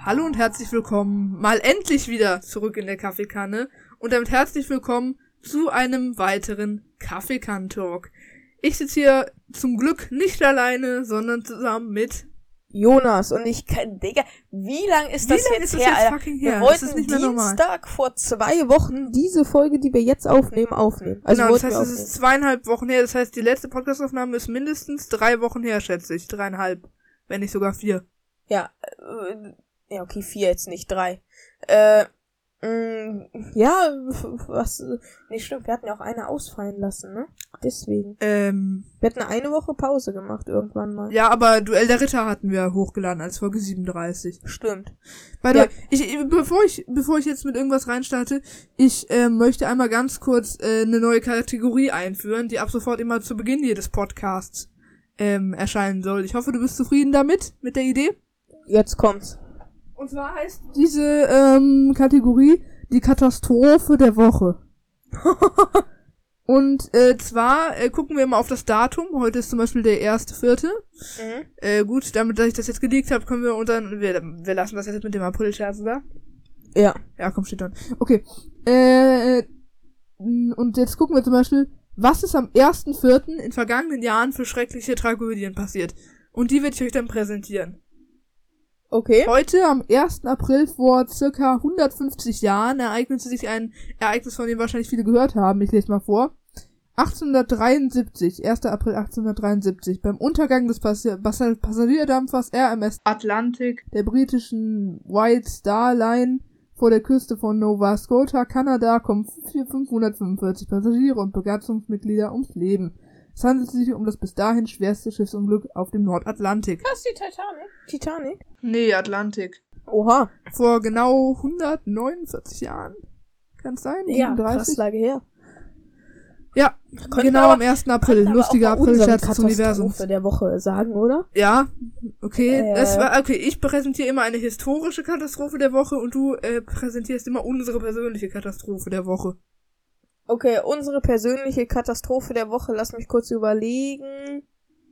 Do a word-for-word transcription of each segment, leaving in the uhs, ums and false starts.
Hallo und herzlich willkommen, mal endlich wieder zurück in der Kaffeekanne und damit herzlich willkommen zu einem weiteren Kaffeekann-Talk. Ich sitze hier zum Glück nicht alleine, sondern zusammen mit Jonas und ich kann, Digga, wie lang ist Wie das lang jetzt ist das her, jetzt Alter? fucking her? Wir Das wollten ist nicht mehr normal. Dienstag vor zwei Wochen diese Folge, die wir jetzt aufnehmen, aufnehmen. Also genau, das wollten heißt, wir es ist aufnehmen. zweieinhalb Wochen her. Das heißt, die letzte Podcastaufnahme ist mindestens drei Wochen her, schätze ich. Dreieinhalb, wenn nicht sogar vier. Ja, äh, ja, okay, vier jetzt nicht, drei. Äh, mh, ja, was, nee, stimmt, wir hatten ja auch eine ausfallen lassen, ne? Deswegen. Ähm, Wir hatten eine Woche Pause gemacht irgendwann mal. ja, aber Duell der Ritter hatten wir hochgeladen als Folge siebenunddreißig. Stimmt. By the Ja. way, ich, bevor ich, bevor ich jetzt mit irgendwas reinstarte, ich ähm, möchte einmal ganz kurz äh, eine neue Kategorie einführen, die ab sofort immer zu Beginn jedes Podcasts ähm, erscheinen soll. Ich hoffe, du bist zufrieden damit, mit der Idee. Jetzt kommt's. Und zwar heißt diese ähm, Kategorie die Katastrophe der Woche. Und äh, zwar äh, gucken wir mal auf das Datum. Heute ist zum Beispiel der erste Vierte. Mhm. Äh, gut, damit, dass ich das jetzt geleakt habe, können wir unseren... Wir, wir lassen das jetzt mit dem April-Scherz, oder? Ja. Ja, komm, steht dann. Okay. Äh, und jetzt gucken wir zum Beispiel, was ist am ersten Vierten in vergangenen Jahren für schreckliche Tragödien passiert. Und die werde ich euch dann präsentieren. Okay. Heute, am ersten April vor circa hundertfünfzig Jahren, ereignete sich ein Ereignis, von dem wahrscheinlich viele gehört haben. Ich lese mal vor. achtzehnhundertdreiundsiebzig, erster April achtzehnhundertdreiundsiebzig, beim Untergang des Passi- Passi- Passagierdampfers R M S Atlantic der britischen White Star Line vor der Küste von Nova Scotia, Kanada, kommen fünfhundertfünfundvierzig Passagiere und Besatzungsmitglieder ums Leben. Es handelt sich um das bis dahin schwerste Schiffsunglück auf dem Nordatlantik. Das ist die Titanic. Titanic? Nee, Atlantik. Oha. Vor genau hundertneunundvierzig Jahren. Kann es sein? Ja, siebenunddreißig? krass lange her. Ja, Könnten genau aber- am ersten April. Könnten Lustiger aber auch mal unsere April-Scherz des Universums. Katastrophe der Woche sagen, oder? Ja, okay. Äh. Das war, okay, ich präsentiere immer eine historische Katastrophe der Woche und du äh, präsentierst immer unsere persönliche Katastrophe der Woche. Okay, unsere persönliche Katastrophe der Woche, lass mich kurz überlegen.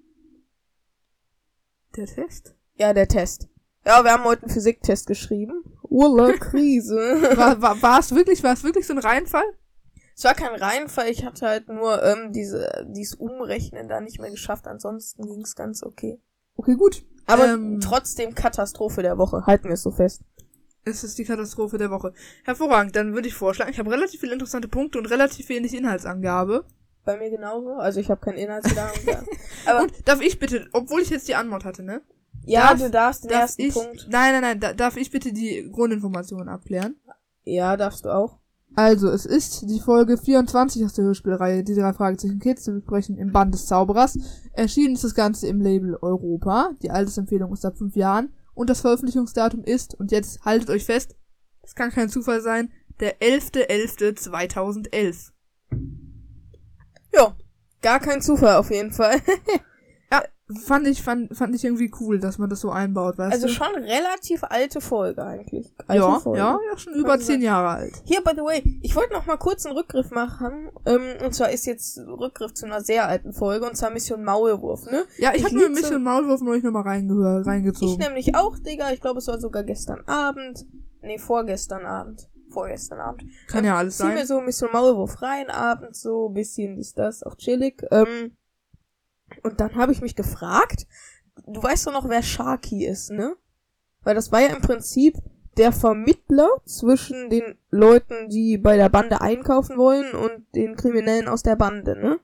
Der Test? Ja, der Test. Ja, wir haben heute einen Physiktest geschrieben. Urla Krise. War, war, war es wirklich, war es wirklich so ein Reinfall? Es war kein Reinfall, ich hatte halt nur ähm, diese dieses Umrechnen da nicht mehr geschafft, ansonsten ging's ganz okay. Okay, gut. Aber Ähm, trotzdem Katastrophe der Woche, halten wir es so fest. Es ist die Katastrophe der Woche. Hervorragend, dann würde ich vorschlagen, ich habe relativ viele interessante Punkte und relativ wenig Inhaltsangabe. Bei mir genauso, also ich habe keinen Inhaltsgedanken. Aber Und darf ich bitte, obwohl ich jetzt die Anmod hatte, ne? ja, darf- du darfst den Darf ersten ich, Punkt. Nein, nein, nein, da, darf ich bitte die Grundinformationen abklären? Ja, darfst du auch. Also, es ist die Folge vierundzwanzig aus der Hörspielreihe, die drei Fragezeichen Kids zu besprechen im Band des Zauberers. Erschienen ist das Ganze im Label Europa. Die Altersempfehlung ist ab fünf Jahren. Und das Veröffentlichungsdatum ist, und jetzt haltet euch fest, es kann kein Zufall sein, der elfter elfter zweitausendelf. Ja, gar kein Zufall auf jeden Fall. Ja, fand ich, fand, fand ich irgendwie cool, dass man das so einbaut, weißt Also du? schon relativ alte Folge eigentlich. Alte Ja, Folge. ja, ja, schon über Kann zehn sein. Jahre alt. Hier, by the way, ich wollte noch mal kurz einen Rückgriff machen. Ähm, und zwar ist jetzt Rückgriff zu einer sehr alten Folge, und zwar Mission Maulwurf, ne? Ja, ich, Ich hab mir ein lieb's bisschen Maulwurf neulich nochmal reingehört, Ich reingezogen. nämlich auch, Digga. Ich glaube, es war sogar gestern Abend. Nee, vorgestern Abend. Vorgestern Abend. Kann ja alles Zieh mir sein. so Mission Maulwurf rein, abends so, bisschen ist das, auch chillig. Ähm, und dann habe ich mich gefragt, du weißt doch noch, wer Sharky ist, ne? Weil das war ja im Prinzip der Vermittler zwischen den Leuten, die bei der Bande einkaufen wollen, und den Kriminellen aus der Bande, ne?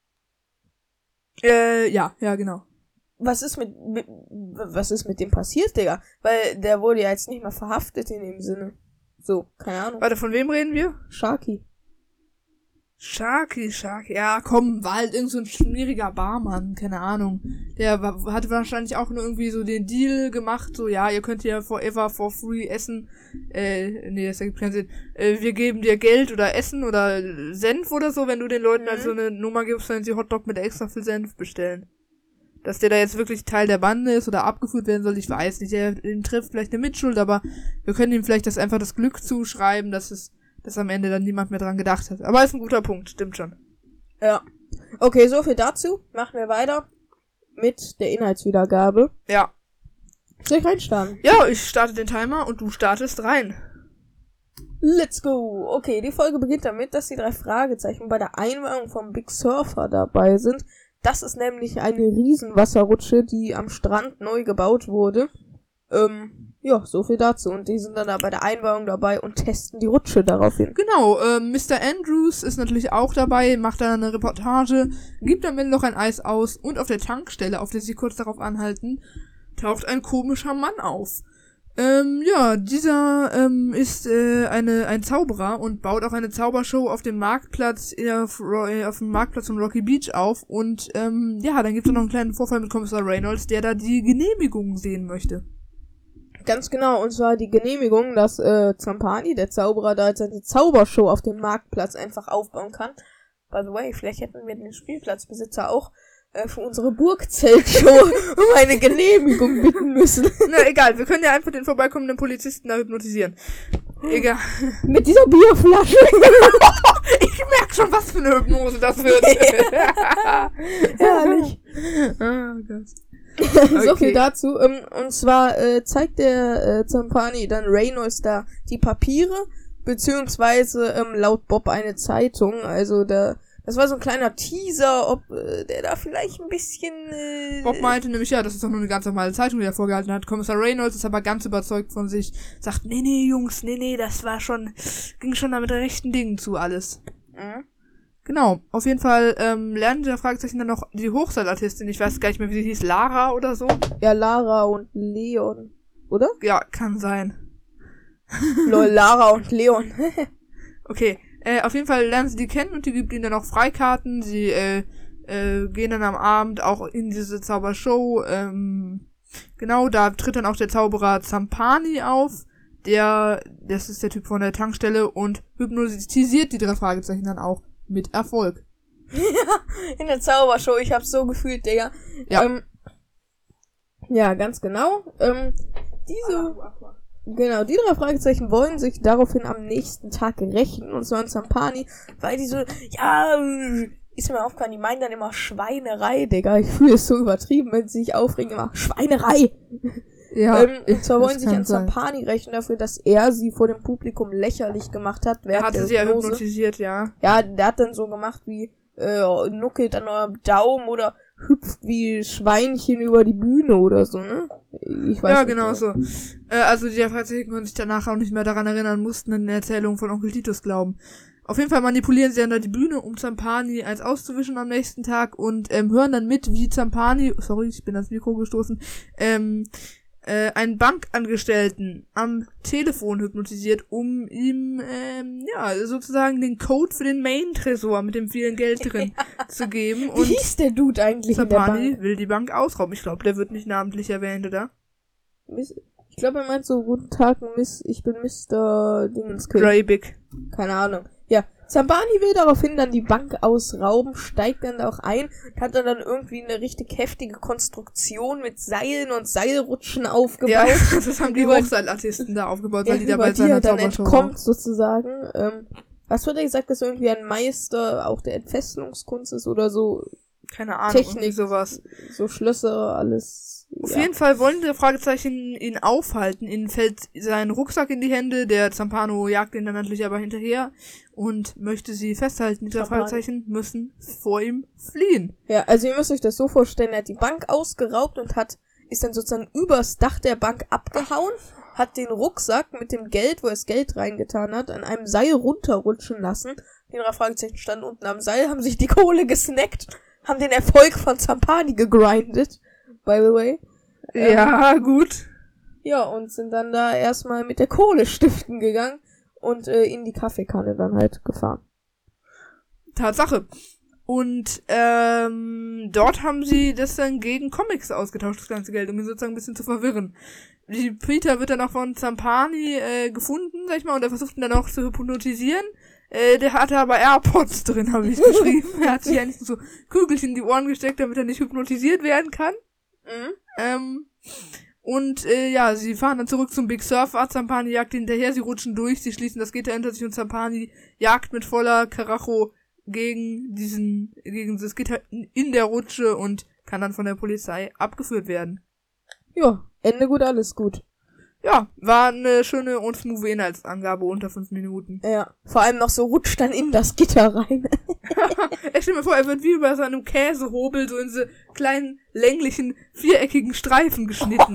Äh, ja, ja, genau. Was ist mit, mit was ist mit dem passiert, Digga? Weil der wurde ja jetzt nicht mehr verhaftet in dem Sinne. So, keine Ahnung. Warte, von wem reden wir? Sharky. Sharky, Sharky. Ja, komm, war halt irgend so ein schmieriger Barmann, keine Ahnung. Der war, hatte wahrscheinlich auch nur irgendwie so den Deal gemacht, so, ja, ihr könnt hier forever for free essen. Äh, nee, das ergibt keinen Sinn. Äh, wir geben dir Geld oder Essen oder Senf oder so, wenn du den Leuten Mhm. halt so eine Nummer gibst, wenn sie Hotdog mit extra viel Senf bestellen. Dass der da jetzt wirklich Teil der Bande ist oder abgeführt werden soll, ich weiß nicht. Der ihm trifft vielleicht eine Mitschuld, aber wir können ihm vielleicht das einfach das Glück zuschreiben, dass es, dass am Ende dann niemand mehr dran gedacht hat. Aber ist ein guter Punkt, stimmt schon. Ja. Okay, so viel dazu. Machen wir weiter mit der Inhaltswiedergabe. Ja. Soll ich reinstarten? Ja, ich starte den Timer und du startest rein. Let's go! Okay, die Folge beginnt damit, dass die drei Fragezeichen bei der Einweihung vom Big Surfer dabei sind. Das ist nämlich eine Riesenwasserrutsche, die am Strand neu gebaut wurde. Ähm, ja, so viel dazu. Und die sind dann da bei der Einweihung dabei und testen die Rutsche daraufhin. Genau, äh, Mister Andrews ist natürlich auch dabei, macht da eine Reportage, gibt am Ende noch ein Eis aus und auf der Tankstelle, auf der sie kurz darauf anhalten, taucht ein komischer Mann auf. Ähm, ja, dieser ähm, ist äh, eine ein Zauberer und baut auch eine Zaubershow auf dem Marktplatz auf, äh, auf dem Marktplatz von Rocky Beach auf und ähm, ja, dann gibt es noch einen kleinen Vorfall mit Kommissar Reynolds, der da die Genehmigung sehen möchte. Ganz genau, und zwar die Genehmigung, dass äh, Zampani, der Zauberer, da jetzt eine Zaubershow auf dem Marktplatz einfach aufbauen kann. By the way, vielleicht hätten wir den Spielplatzbesitzer auch äh, für unsere Burgzeltshow um eine Genehmigung bitten müssen. Na egal, wir können ja einfach den vorbeikommenden Polizisten da hypnotisieren. Egal. Mit dieser Bierflasche. Ich merk schon, was für eine Hypnose das wird. Herrlich. Oh Gott. So Okay. viel dazu. Ähm, und zwar äh, zeigt der äh, Zampani dann Reynolds da die Papiere, beziehungsweise ähm, laut Bob eine Zeitung. Also da, das war so ein kleiner Teaser, ob äh, der da vielleicht ein bisschen... Äh, Bob meinte nämlich, ja, das ist doch nur eine ganz normale Zeitung, die er vorgehalten hat. Kommissar Reynolds ist aber ganz überzeugt von sich. Sagt, nee, nee, Jungs, nee, nee, das war schon, ging schon da mit rechten Dingen zu alles. Mhm. Genau, auf jeden Fall ähm, lernen der Fragezeichen dann noch die Hochseilartistin, ich weiß gar nicht mehr, wie sie hieß, Lara oder so? Ja, Lara und Leon, oder? Ja, kann sein. Lol, Lara und Leon. Okay, äh, auf jeden Fall lernen sie die kennen und die gibt ihnen dann auch Freikarten. Sie äh, äh, gehen dann am Abend auch in diese Zaubershow. Ähm, genau, da tritt dann auch der Zauberer Zampani auf. Der, das ist der Typ von der Tankstelle und hypnotisiert die drei Fragezeichen dann auch mit Erfolg. In der Zaubershow, ich hab's so gefühlt, Digga. Ja. Ähm, ja, ganz genau. Ähm, diese... Genau, die drei Fragezeichen wollen sich daraufhin am nächsten Tag rächen, und zwar an Zampani, weil die so, ja, ist mir aufgefallen, die meinen dann immer Schweinerei, Digga. Ich fühle es so übertrieben, wenn sie sich aufregen, immer Schweinerei. Ja, ähm, und zwar wollen das sich kann an sein. Zampani rächen dafür, dass er sie vor dem Publikum lächerlich gemacht hat. Er während hatte der sie ja Hypnose. hypnotisiert, ja. Ja, der hat dann so gemacht wie, äh, nuckelt an eurem Daumen oder hüpft wie Schweinchen über die Bühne oder so, ne? Ich weiß Ja, nicht genau mehr. so. Äh, also die Fragezeichen konnten sich danach auch nicht mehr daran erinnern, mussten an eine Erzählung von Onkel Titus glauben. Auf jeden Fall manipulieren sie dann da die Bühne, um Zampani eins auszuwischen am nächsten Tag und ähm, hören dann mit, wie Zampani, sorry, ich bin ans Mikro gestoßen, ähm, äh, einen Bankangestellten am Telefon hypnotisiert, um ihm, ähm, ja, sozusagen den Code für den Main-Tresor mit dem vielen Geld drin zu geben. Wie Und hieß der Dude eigentlich in der Zampani Bank? will die Bank ausrauben. Ich glaube, der wird nicht namentlich erwähnt, oder? Miss- Ich glaube, er meint so, guten Tag, Miss, ich bin Mister Dingenskill. Dreybig. Keine Ahnung. Ja, Zampani will daraufhin dann die Bank ausrauben, steigt dann da auch ein, hat dann, dann irgendwie eine richtig heftige Konstruktion mit Seilen und Seilrutschen aufgebaut. Ja, das haben die Über- Hochseilartisten da aufgebaut, weil Ja, die da über bei die er seiner dann Zaubershow entkommt, sozusagen. Ähm, was wird er gesagt, dass er irgendwie ein Meister auch der Entfesselungskunst ist oder so, Keine Ahnung, Technik. irgendwie sowas. so Schlösser, alles. Auf ja. jeden Fall wollen die Fragezeichen ihn aufhalten. Ihnen fällt sein Rucksack in die Hände. Der Zampano jagt ihn dann natürlich aber hinterher und möchte sie festhalten. Die drei Zampano. Fragezeichen müssen vor ihm fliehen. Ja, also ihr müsst euch das so vorstellen, er hat die Bank ausgeraubt und hat, ist dann sozusagen übers Dach der Bank abgehauen, hat den Rucksack mit dem Geld, wo er das Geld reingetan hat, an einem Seil runterrutschen lassen. Die drei Fragezeichen standen unten am Seil, haben sich die Kohle gesnackt, haben den Erfolg von Zampani gegrindet, by the way. Ähm, Ja, gut. Ja, und sind dann da erstmal mit der Kohle stiften gegangen und äh, in die Kaffeekanne dann halt gefahren. Tatsache. Und ähm, dort haben sie das dann gegen Comics ausgetauscht, das ganze Geld, um ihn sozusagen ein bisschen zu verwirren. Die Peter wird dann auch von Zampani äh, gefunden, sag ich mal, und er versucht ihn dann auch zu hypnotisieren. Äh, der hatte aber AirPods drin, habe ich geschrieben. Er hat sich eigentlich so Kügelchen in die Ohren gesteckt, damit er nicht hypnotisiert werden kann. Mhm. Ähm, und äh, ja, sie fahren dann zurück zum Big Surfer, Zampani jagt hinterher, sie rutschen durch, sie schließen das Gitter hinter sich und Zampani jagt mit voller Karacho gegen diesen, gegen das Gitter in der Rutsche und kann dann von der Polizei abgeführt werden. Ja, Ende gut, alles gut. Ja, war eine schöne und smooth Inhaltsangabe unter fünf Minuten. Ja, vor allem noch so rutscht dann in das Gitter rein. Ich stell mir vor, er wird wie bei so einem Käsehobel so in diese kleinen, länglichen, viereckigen Streifen geschnitten.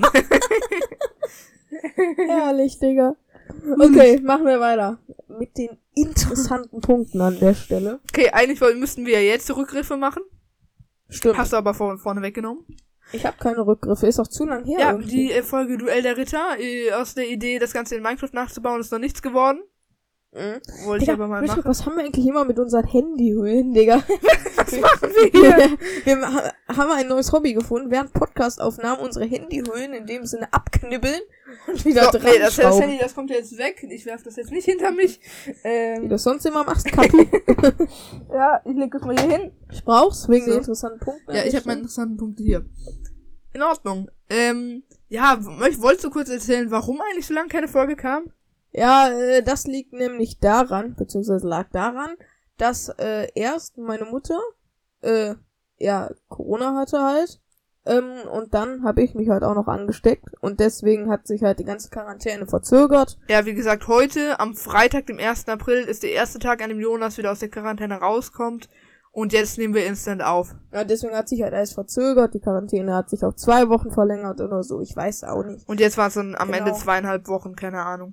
Herrlich, Digga. Okay, machen wir weiter. Mit den interessanten Punkten an der Stelle. Okay, eigentlich müssten wir ja jetzt die Rückgriffe machen. Stimmt. Hast du aber vor, vorne weggenommen. Ich habe keine Rückgriffe, ist auch zu lang her. Ja, irgendwie. die äh, Folge Duell der Ritter, äh, aus der Idee, das Ganze in Minecraft nachzubauen, ist noch nichts geworden. Mhm. Wollte Digga, ich aber mal Michael, machen. was haben wir eigentlich immer mit unseren Handyhöhlen, Digga? Was machen wir hier? Wir ha- haben ein neues Hobby gefunden, während Podcastaufnahmen unsere Handyhöhlen in dem Sinne abknibbeln und wieder So, dran nee, das, das schrauben. Handy, das kommt jetzt weg. Ich werf das jetzt nicht hinter mich. Wie Ähm, du das sonst immer machst, Kapi. ja, ich leg das mal hier hin. Ich brauch's, wegen So. der interessanten Punkte. Ja, ich habe meine interessanten Punkte hier. In Ordnung. Ähm, ja, w- wolltest du kurz erzählen, warum eigentlich so lange keine Folge kam? Ja, äh, das liegt nämlich daran, beziehungsweise lag daran, dass äh, erst meine Mutter, äh, ja, Corona hatte halt, ähm, und dann habe ich mich halt auch noch angesteckt und deswegen hat sich halt die ganze Quarantäne verzögert. Ja, wie gesagt, heute, am Freitag, dem ersten April, ist der erste Tag, an dem Jonas wieder aus der Quarantäne rauskommt. Und jetzt nehmen wir instant auf. Ja, deswegen hat sich halt alles verzögert, die Quarantäne hat sich auf zwei Wochen verlängert oder so, ich weiß auch nicht. Und jetzt war es dann am Genau. Ende zweieinhalb Wochen, keine Ahnung.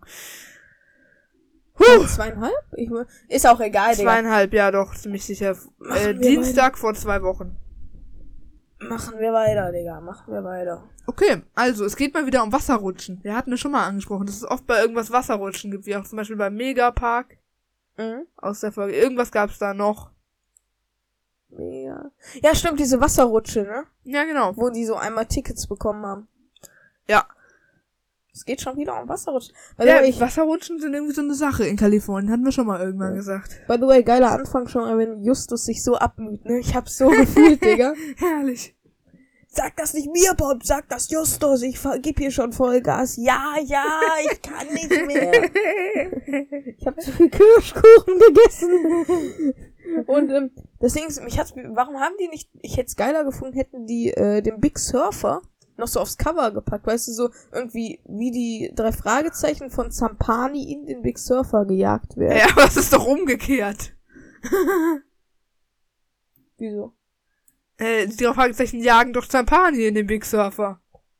Huh. Zweieinhalb? Ich, ist auch egal, Digga. Zweieinhalb, ja doch, ziemlich sicher. Äh, Machen wir Dienstag vor zwei Wochen. Machen wir weiter, Digga, machen wir weiter. Okay, also, es geht mal wieder um Wasserrutschen. Wir hatten es schon mal angesprochen, dass es oft bei irgendwas Wasserrutschen gibt, wie auch zum Beispiel beim Megapark Mhm. aus der Folge. Irgendwas gab's da noch. Mega. Ja, stimmt, diese Wasserrutsche, ne? Ja, genau. Wo die so einmal Tickets bekommen haben. Ja. Es geht schon wieder um Wasserrutschen. By the, Ja, way, ich, Wasserrutschen sind irgendwie so eine Sache in Kalifornien, hatten wir schon mal irgendwann Ja. gesagt. by the way, geiler Anfang schon mal, wenn Justus sich so abmüht, ne? Ich hab's so gefühlt, Digga. Herrlich. Sag das nicht mir, Bob, sag das Justus, ich ver- gib hier schon Vollgas. Ja, ja, ich kann nicht mehr. Ich hab zu viel Kirschkuchen gegessen. Und ähm, deswegen, mich hat's, warum haben die nicht, ich hätte es geiler gefunden, hätten die äh, den Big Surfer noch so aufs Cover gepackt, weißt du, so irgendwie wie die drei Fragezeichen von Zampani in den Big Surfer gejagt werden. Ja, aber es ist doch umgekehrt. Wieso? Äh, die drei Fragezeichen jagen doch Zampani in den Big Surfer.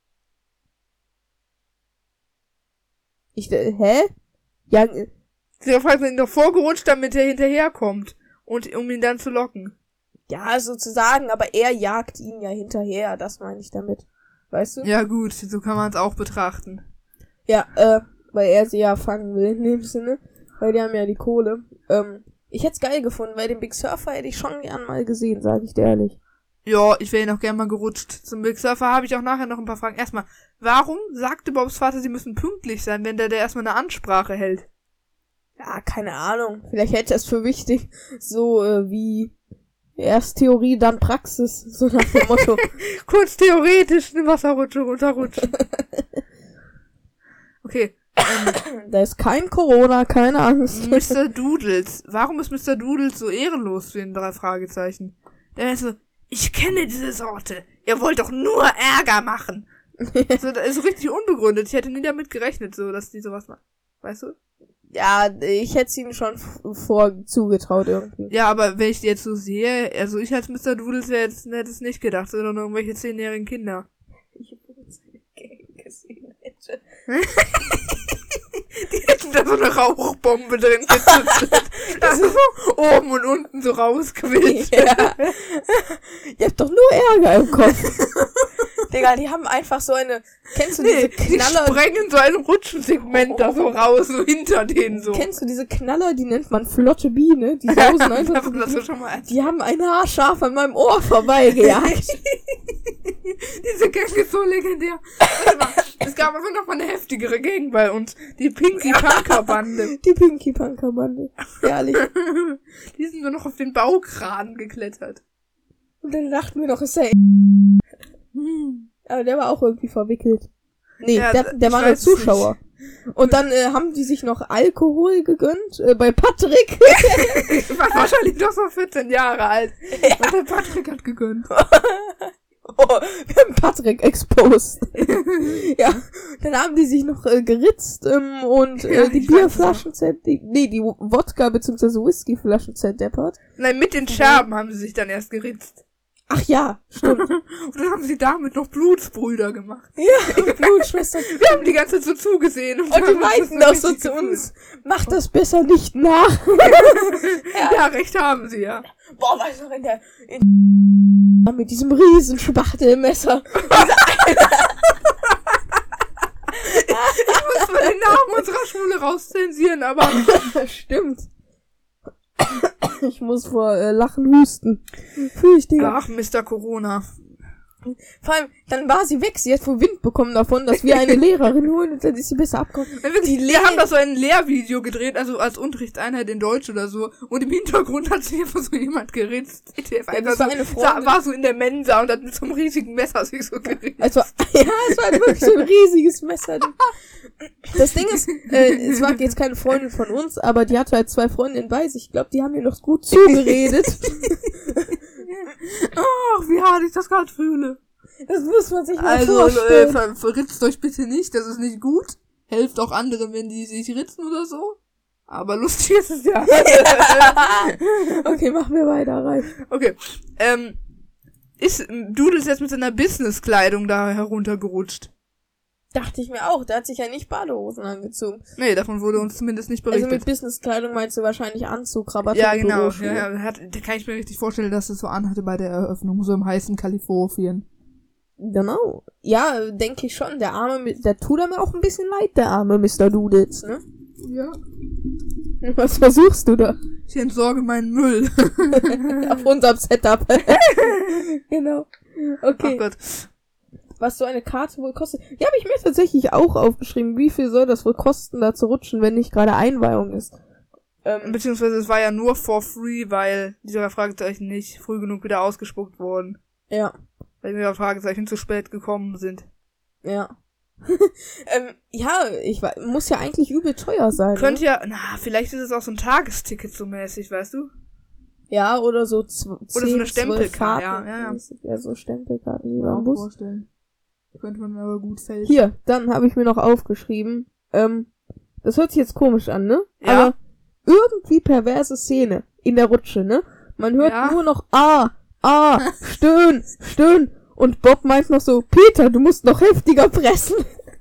Ich, äh, hä? Ja, äh, Die drei Fragezeichen sind doch vorgerutscht, damit er hinterherkommt. Und um ihn dann zu locken. ja, sozusagen, aber er jagt ihn ja hinterher, das meine ich damit. Weißt du? Ja gut, so kann man es auch betrachten. Ja, äh, weil er sie ja fangen will, in dem Sinne. Weil die haben ja die Kohle. Ähm, ich hätte es geil gefunden, weil den Big Surfer hätte ich schon gern mal gesehen, sag ich dir ehrlich. Ja, ich wäre ihn auch gern mal gerutscht. Zum Big Surfer habe ich auch nachher noch ein paar Fragen. Erstmal, warum sagte Bobs Vater, sie müssen pünktlich sein, wenn der, der erstmal eine Ansprache hält? Ja, keine Ahnung. Vielleicht hätte er es für wichtig, so äh, wie erst Theorie, dann Praxis, so nach dem Motto. Kurz theoretisch eine Wasserrutsche runterrutschen. Okay. Ähm, Da ist kein Corona, keine Angst. Mister Doodles. Warum ist Mister Doodles so ehrenlos für den drei Fragezeichen? Der ist so, ich kenne diese Sorte. Ihr wollt doch nur Ärger machen. So, das ist so richtig unbegründet. Ich hätte nie damit gerechnet, so, dass die sowas machen. Weißt du? Ja, ich hätte es ihnen schon f- vor zugetraut irgendwie. Ja, aber wenn ich die jetzt so sehe, also ich als Mister Doodles hätte es hätte es nicht gedacht, sondern irgendwelche zehnjährigen Kinder. Ich hab übrigens eine Gang gesehen hätte. Die hätten da so eine Rauchbombe drin gezündet. Also so oben und unten so rausquillt. Ja. Ihr habt doch nur Ärger im Kopf. Digga, die haben einfach so eine, kennst du Nee, diese die Knaller? sprengen so ein Rutschensegment da so raus, so hinter denen so. Kennst du diese Knaller, die nennt man flotte Biene? Die sausen einfach so. das ist schon mal Die haben ein Haarscharf an meinem Ohr vorbeigejagt. Diese Gang ist so legendär. Warte mal, es gab aber noch mal eine heftigere Gang bei uns. Die Pinky Punker Bande. Die Pinky Punker Bande. Ehrlich. Die sind nur noch auf den Baukran geklettert. Und dann dachten wir doch, ist er. Aber der war auch irgendwie verwickelt. Nee, Ja, der, der ich war nur weiß es Zuschauer. Und dann äh, haben die sich noch Alkohol gegönnt äh, bei Patrick. Ich war wahrscheinlich doch so vierzehn Jahre alt. Und der Patrick hat gegönnt. Wir haben Patrick exposed. Ja, dann haben die sich noch äh, geritzt ähm, und äh, Ja, die ich Bierflaschen zert... Die, nee, die Wodka- bzw. Whiskyflaschen zerdeppert. Nein, mit den Scherben haben sie sich dann erst geritzt. Ach ja, stimmt. Und dann haben sie damit noch Blutsbrüder gemacht. Ja, und Blutschwestern. Wir haben die ganze Zeit so zugesehen. Und die haben uns meinten das auch so richtig zu gefühlt. uns, mach das besser nicht nach. Ja, recht haben sie, ja. Boah, weißt du noch, in der... In mit diesem riesen Spachtelmesser. Ich muss mal den Namen unserer Schule rauszensieren, aber... Stimmt. Ich muss vor äh, Lachen husten. Fühl ich, Digga. Ach, Mister Corona. Vor allem, dann war sie weg. Sie hat wohl Wind bekommen davon, dass wir eine Lehrerin holen und dann ist sie besser abgekommen. Ja, wirklich, wir haben da so ein Lehrvideo gedreht, also als Unterrichtseinheit in Deutsch oder so. Und im Hintergrund hat sich einfach so jemand geritzt. Ja, das war eine Freundin. War so in der Mensa und hat mit so einem riesigen Messer sich so geritzt. Also, ja, es war wirklich so ein riesiges Messer. Das Ding ist, äh, es war jetzt keine Freundin von uns, aber die hatte halt zwei Freundinnen bei sich. Ich glaube, die haben ihr noch gut zugeredet. Ach, wie hart ich das gerade fühle. Das muss man sich mal Also, vorstellen. äh, ver verritzt euch bitte nicht, das ist nicht gut. Helft auch anderen, wenn die sich ritzen oder so. Aber lustig ist es ja. Okay, machen wir weiter, rein. Okay, ähm, ist Doodles jetzt mit seiner Business-Kleidung da heruntergerutscht? Dachte ich mir auch, der hat sich ja nicht Badehosen angezogen. Nee, davon wurde uns zumindest nicht Also berichtet. mit Businesskleidung meinst du wahrscheinlich Anzug, Krawatte Ja, und genau. Büroschuhe. Ja, ja, hat, da kann ich mir richtig vorstellen, dass es so anhatte bei der Eröffnung, so im heißen Kalifornien. Genau. Ja, denke ich schon. Der arme, der tut er mir auch ein bisschen leid, der arme Mister Doodles, ne? Ja. Was versuchst du da? Ich entsorge meinen Müll. Auf unserem Setup. Genau. Okay. Ach Gott. Was so eine Karte wohl kostet. Ja, habe ich mir tatsächlich auch aufgeschrieben. Wie viel soll das wohl kosten, da zu rutschen, wenn nicht gerade Einweihung ist? Ähm, Beziehungsweise es war ja nur for free, weil diese Fragezeichen nicht früh genug wieder ausgespuckt wurden. ja. Weil diese Fragezeichen zu spät gekommen sind. Ja. ähm, ja, ich weiß, muss ja eigentlich übel teuer sein. Könnte ne? ja, na, vielleicht ist es auch so ein Tagesticket so mäßig, weißt du? Ja, oder so zw- Oder so eine zehn, zwölf Stempelkarte, Karten. ja, ja, ja. Ja, so Stempelkarten, die man muss. vorstellen. Könnte man mir aber gut fälschen. Hier, dann habe ich mir noch aufgeschrieben, ähm, das hört sich jetzt komisch an, ne? Ja. Aber irgendwie perverse Szene in der Rutsche, ne? Man hört Ja. nur noch ah, ah, stöhn, stöhn. Und Bob meint noch so, Peter, du musst noch heftiger pressen.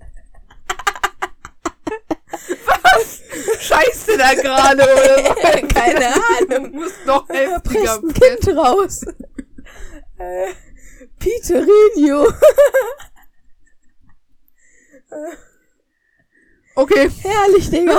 Was? Scheißt du da gerade, oder so? Keine Ahnung. Du musst noch heftiger Presst ein Kind raus. äh, Peterino. Okay. Herrlich, Digga.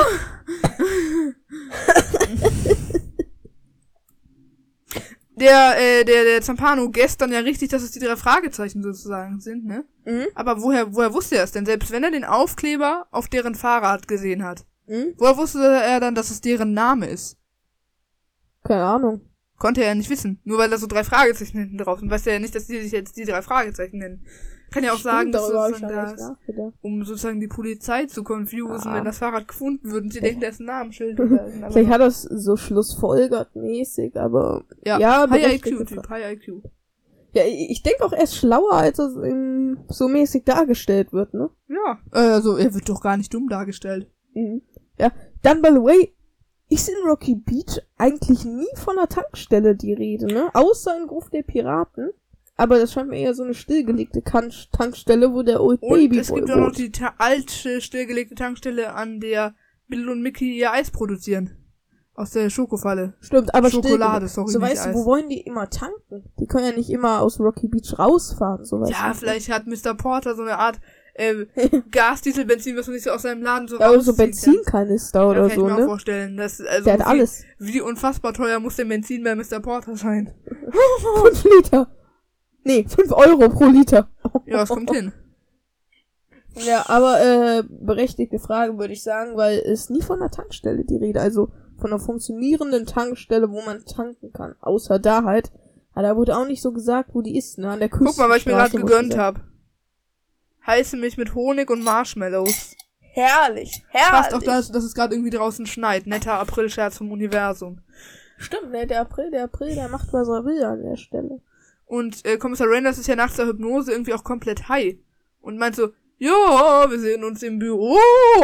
Der, äh, der, der Zampano gestern ja richtig, dass es die drei Fragezeichen sozusagen sind, ne? Mhm. Aber woher, woher wusste er es denn? Selbst wenn er den Aufkleber auf deren Fahrrad gesehen hat. Mhm. Woher wusste er dann, dass es deren Name ist? Keine Ahnung. Konnte er ja nicht wissen. Nur weil da so drei Fragezeichen hinten drauf sind, weiß er ja nicht, dass die sich jetzt die drei Fragezeichen nennen. Kann ja auch sagen, dass darüber hab das, ich dann noch nicht das nachgedacht. um sozusagen die Polizei zu confusen, Ah. wenn das Fahrrad gefunden wird und sie denken, da ist ein Namensschild. Aber Vielleicht hat das so schlussfolgert mäßig, aber ja, ja, High I berechtigte Q, Typ, High I Q. ja, ich denke auch, er ist schlauer, als er ähm, so mäßig dargestellt wird, ne? Ja, also er wird doch gar nicht dumm dargestellt. Mhm. Ja, dann, by the way, ist in Rocky Beach eigentlich nie von einer Tankstelle die Rede, ne? Außer in Gruft der Piraten. Aber das scheint mir eher so eine stillgelegte Kan- Tankstelle, wo der Old Und Baby es gibt wohl auch noch wohnt. die ta- alte, stillgelegte Tankstelle, an der Bill und Mickey ihr Eis produzieren. Aus der Schokofalle. Stimmt, aber Schokolade, stillgelegt. sorry, So nicht weißt du, Eis. wo wollen die immer tanken? Die können ja nicht immer aus Rocky Beach rausfahren, so weißt Ja, du. vielleicht hat Mister Porter so eine Art äh, Gasdieselbenzin, was man nicht so aus seinem Laden so Ja, oder so rausziehen Benzinkanister kann. oder Ja, kann so, ich mir auch ne? vorstellen. Das, also Der hat wie, alles. Wie unfassbar teuer muss der Benzin bei Mister Porter sein? Fünf Liter. Nee, fünf Euro pro Liter. Ja, es kommt hin. Ja, aber äh, berechtigte Frage, würde ich sagen, weil es nie von einer Tankstelle die Rede, also von einer funktionierenden Tankstelle, wo man tanken kann. Außer da halt. Aber da wurde auch nicht so gesagt, wo die ist, ne? An der Küste. Guck mal, was ich mir gerade gegönnt habe. Heiße Milch mit Honig und Marshmallows. Herrlich, herrlich. Passt auch, dass, dass es gerade irgendwie draußen schneit. Netter April-Scherz vom Universum. Stimmt, ne? Der April, der April, der macht, was er will an der Stelle. Und äh, Kommissar Reynolds ist ja nach der Hypnose irgendwie auch komplett high. Und meint so, ja, wir sehen uns im Büro.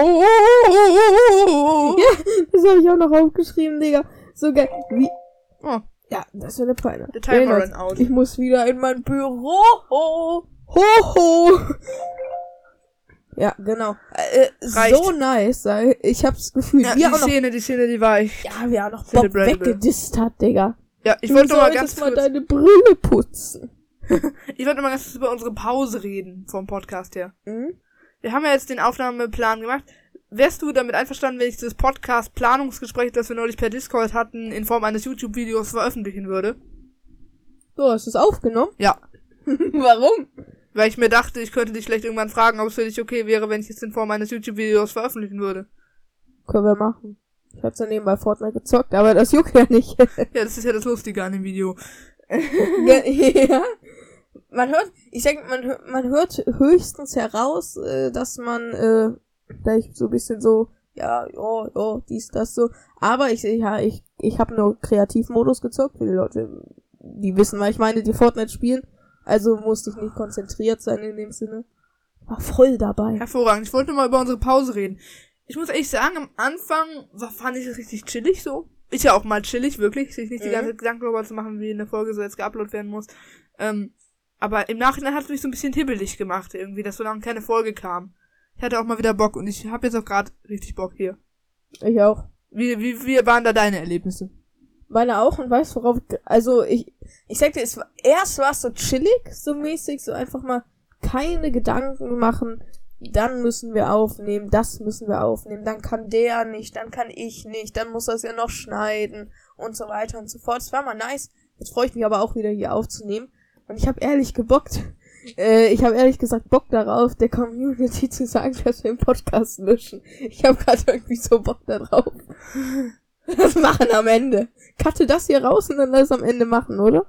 Ja, das habe ich auch noch aufgeschrieben, Digga. So geil. Wie? Oh. Ja, das ist eine Peine. The timer ran out. Ich muss wieder in mein Büro. Ho, ho. Ja, genau. Äh, so nice. Ich hab's Gefühl, ja, wir die auch Szene, noch, die Szene, die war ich. Ja, wir haben noch Bock weggedisst hat, Digga. Ja, ich du wollte noch mal ganz mal kurz deine Brille putzen. Ich wollte noch mal ganz kurz über unsere Pause reden vom Podcast her. Mhm. Wir haben ja jetzt den Aufnahmeplan gemacht. Wärst du damit einverstanden, wenn ich das Podcast-Planungsgespräch, das wir neulich per Discord hatten, in Form eines YouTube-Videos veröffentlichen würde? So, hast du es aufgenommen? Ja. Warum? Weil ich mir dachte, ich könnte dich vielleicht irgendwann fragen, ob es für dich okay wäre, wenn ich es in Form eines YouTube-Videos veröffentlichen würde. Können wir machen. Ich hab's ja nebenbei Fortnite gezockt, aber das juckt ja nicht. Ja, das ist ja das Lustige an dem Video. Ja. Man hört, ich sag, man, man hört höchstens heraus, äh, dass man, äh, da ich so ein bisschen so, ja, ja, ja, dies, das so. Aber ich, ja, ich, ich habe nur Kreativmodus gezockt für die Leute, die wissen, weil ich meine, die Fortnite spielen. Also musste ich nicht konzentriert sein in dem Sinne. War voll dabei. Hervorragend. Ich wollte nur mal über unsere Pause reden. Ich muss ehrlich sagen, am Anfang war, fand ich es richtig chillig so. Ist ja auch mal chillig, wirklich. Sich nicht mhm. die ganze Gedanken darüber zu machen, wie eine Folge so jetzt geuploadet werden muss. Ähm, aber im Nachhinein hat es mich so ein bisschen hibbelig gemacht irgendwie, dass so lange keine Folge kam. Ich hatte auch mal wieder Bock und ich habe jetzt auch gerade richtig Bock hier. Ich auch. Wie, wie, wie waren da deine Erlebnisse? Meine auch, und weißt worauf, also ich, ich sag dir, es war, erst war es so chillig, so mäßig, so einfach mal keine Gedanken machen, dann müssen wir aufnehmen, das müssen wir aufnehmen, dann kann der nicht, dann kann ich nicht, dann muss das ja noch schneiden und so weiter und so fort. Es war mal nice, jetzt freue ich mich aber auch wieder hier aufzunehmen und ich habe ehrlich gebockt, äh, ich habe ehrlich gesagt Bock darauf, der Community zu sagen, dass wir den Podcast löschen. Ich habe gerade irgendwie so Bock darauf. Das machen am Ende. Cutte das hier raus und dann lass es am Ende machen, oder?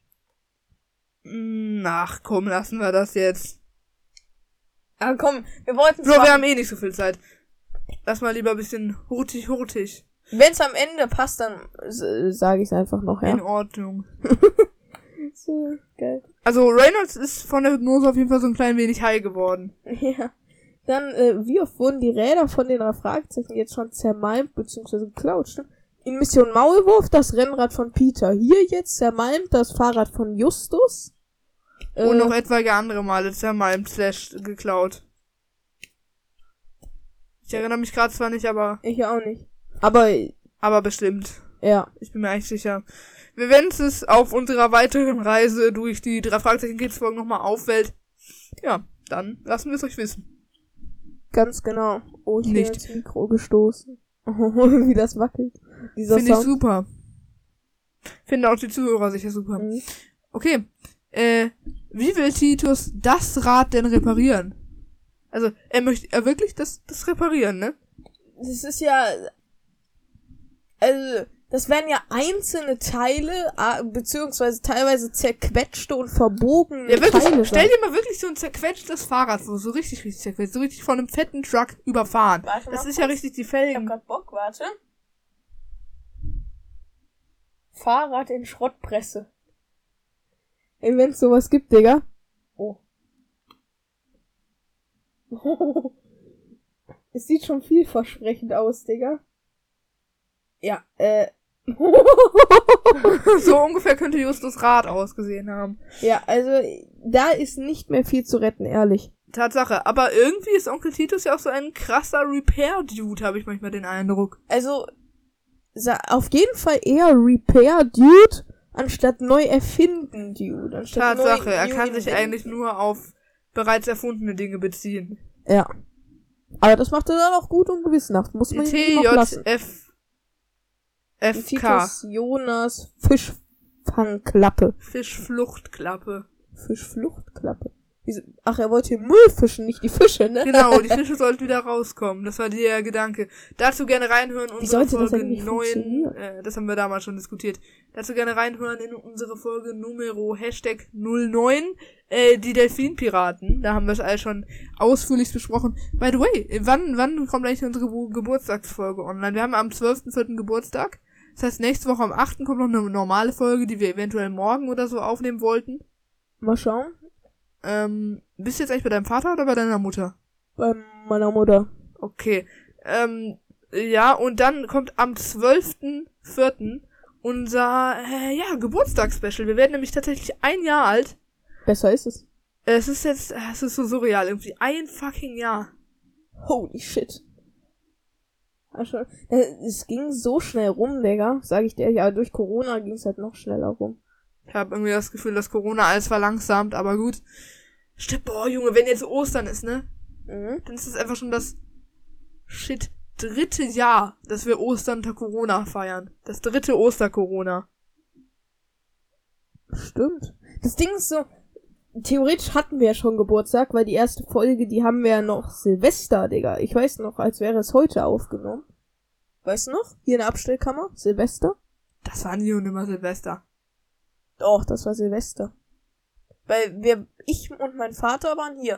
Ach komm, lassen wir das jetzt. Ah komm, wir wollten So, wir haben eh nicht so viel Zeit. Lass mal lieber ein bisschen hurtig, hurtig. Wenn's am Ende passt, dann äh, sage ich es einfach noch, ja. In Ordnung. So, geil. Also Reynolds ist von der Hypnose auf jeden Fall so ein klein wenig high geworden. Ja. Dann, äh, wie oft wurden die Räder von den drei Fragezeichen jetzt schon zermalmt bzw. geklaut, stimmt? In Mission Maulwurf das Rennrad von Peter. Hier jetzt zermalmt das Fahrrad von Justus. Äh, Und noch etwaige andere Male zermalmt slash geklaut. Ich erinnere mich gerade zwar nicht, aber... Ich auch nicht. Aber... Aber bestimmt. Ja. Ich bin mir eigentlich sicher. Wir werden es auf unserer weiteren Reise durch die drei Fragezeichen Kids Folgen nochmal auffällt. Ja, dann lassen wir es euch wissen. Ganz genau. Oh, ich bin Nicht. ins Mikro gestoßen. Oh, wie das wackelt. Dieser Finde ich Sound. super. Finde auch die Zuhörer sicher super. Mhm. Okay. Äh, wie will Titus das Rad denn reparieren? Also, er möchte, er wirklich das, das reparieren, ne? Das ist ja, also, das wären ja einzelne Teile, beziehungsweise teilweise zerquetschte und verbogene Ja, wirklich, Teile. stell dir mal wirklich so ein zerquetschtes Fahrrad vor, so richtig, richtig zerquetscht, so richtig von einem fetten Truck überfahren. Warte Das mal ist ja kurz. richtig die Ich hab Felgen. grad Bock, warte. Fahrrad in Schrottpresse. Ey, wenn's sowas gibt, Digga. Oh. Es sieht schon vielversprechend aus, Digga. Ja, äh. So ungefähr könnte Justus Rad ausgesehen haben. Ja, also, da ist nicht mehr viel zu retten, ehrlich. Tatsache. Aber irgendwie ist Onkel Titus ja auch so ein krasser Repair-Dude, habe ich manchmal den Eindruck. Also, sa- auf jeden Fall eher Repair-Dude, anstatt neu erfinden, Dude. Anstatt Tatsache. neu, Er neu kann sich inventen. eigentlich nur auf bereits erfundene Dinge beziehen. Ja. Aber das macht er dann auch gut und gewissenhaft. Muss man T ihm noch J lassen. F F K. Titus Jonas Fischfangklappe. Fischfluchtklappe. Fischfluchtklappe. Wieso- Ach, er wollte hier Müll fischen, nicht die Fische, ne? Genau, die Fische sollten wieder rauskommen. Das war der Gedanke. Dazu gerne reinhören Wie unsere sollte das Folge eigentlich neun. funktionieren? Äh, das haben wir damals schon diskutiert. Dazu gerne reinhören in unsere Folge Numero Hashtag null neun. Äh, die Delfinpiraten. Da haben wir es all schon ausführlich besprochen. By the way, wann, wann kommt eigentlich unsere Gebu- Geburtstagsfolge online? Wir haben am zwölften vierten Geburtstag. Das heißt, nächste Woche am achten kommt noch eine normale Folge, die wir eventuell morgen oder so aufnehmen wollten. Mal schauen. Ähm, bist du jetzt eigentlich bei deinem Vater oder bei deiner Mutter? Bei meiner Mutter. Okay. Ähm, ja, und dann kommt am zwölften vierten unser, äh, ja, Geburtstagsspecial. Wir werden nämlich tatsächlich ein Jahr alt. Besser ist es. Es ist jetzt, es ist so surreal irgendwie. Ein fucking Jahr. Holy shit. Also, es ging so schnell rum, Digga, sag ich dir. Ja, durch Corona ging es halt noch schneller rum. Ich habe irgendwie das Gefühl, dass Corona alles verlangsamt, aber gut. Stimmt, boah, Junge, wenn jetzt Ostern ist, ne? Mhm. Dann ist es einfach schon das shit dritte Jahr, dass wir Ostern unter Corona feiern. Das dritte Oster-Corona. Stimmt. Das Ding ist so, theoretisch hatten wir ja schon Geburtstag, weil die erste Folge, die haben wir ja noch Silvester, Digga. Ich weiß noch, als wäre es heute aufgenommen. Weißt du noch? Hier in der Abstellkammer? Silvester? Das war nie und immer Silvester. Doch, das war Silvester. Weil wir, ich und mein Vater waren hier.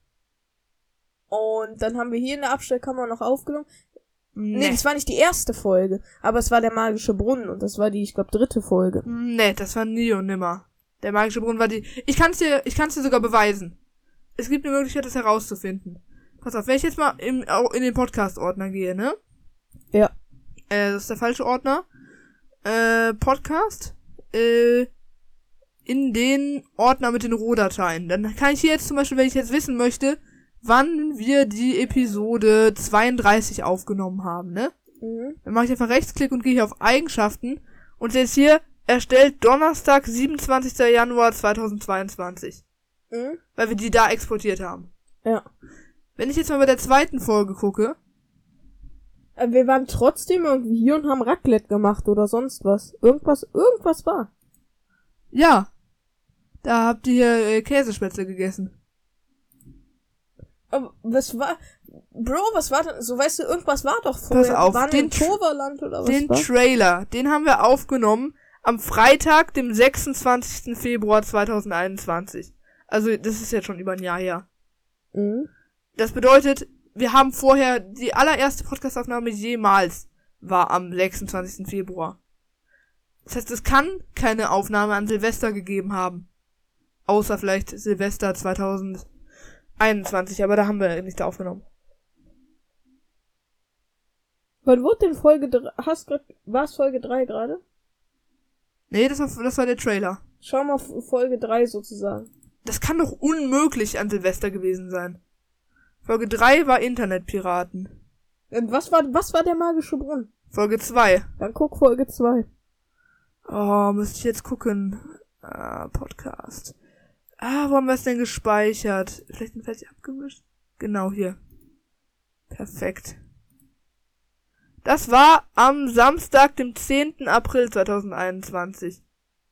Und dann haben wir hier in der Abstellkammer noch aufgenommen. Nee, nee, das war nicht die erste Folge, aber es war der magische Brunnen und das war die, ich glaube, dritte Folge. Nee, das war nie und nimmer. Der magische Brunnen war die... Ich kann's dir, ich kann's dir sogar beweisen. Es gibt eine Möglichkeit, das herauszufinden. Pass auf, wenn ich jetzt mal im, in den Podcast-Ordner gehe, ne? Ja. Äh, das ist der falsche Ordner. Äh, Podcast. Äh, in den Ordner mit den Rohdateien. Dann kann ich hier jetzt zum Beispiel, wenn ich jetzt wissen möchte, wann wir die Episode zweiunddreißig aufgenommen haben, ne? Mhm. Dann mache ich einfach Rechtsklick und gehe hier auf Eigenschaften und jetzt hier erstellt Donnerstag, siebenundzwanzigster Januar zweitausendzweiundzwanzig. Mhm. Weil wir die da exportiert haben. Ja. Wenn ich jetzt mal bei der zweiten Folge gucke. Aber wir waren trotzdem irgendwie hier und haben Raclette gemacht oder sonst was. Irgendwas, irgendwas war. Ja. Da habt ihr hier äh, Käsespätzle gegessen. Aber was war... Bro, was war denn... So, weißt du, irgendwas war doch vorher. Pass auf, waren den, im Toverland oder was den war? Trailer, den haben wir aufgenommen am Freitag, dem sechsundzwanzigsten Februar zweitausendeinundzwanzig. Also, das ist jetzt schon über ein Jahr her. Mhm. Das bedeutet, wir haben vorher, die allererste Podcastaufnahme jemals war am sechsundzwanzigsten Februar. Das heißt, es kann keine Aufnahme an Silvester gegeben haben. Außer vielleicht Silvester zweitausendeinundzwanzig, aber da haben wir nicht aufgenommen. Wann wurde denn Folge drei? Hast grad, war es Folge drei gerade? Nee, das war, das war der Trailer. Schau mal Folge drei sozusagen. Das kann doch unmöglich an Silvester gewesen sein. Folge drei war Internetpiraten. Und was war, was war der magische Brunnen? Folge zwei. Dann guck Folge zwei. Oh, müsste ich jetzt gucken. Ah, Podcast. Ah, wo haben wir es denn gespeichert? Vielleicht ein fertig abgemischt? Genau, hier. Perfekt. Das war am Samstag, dem zehnten April zweitausendeinundzwanzig.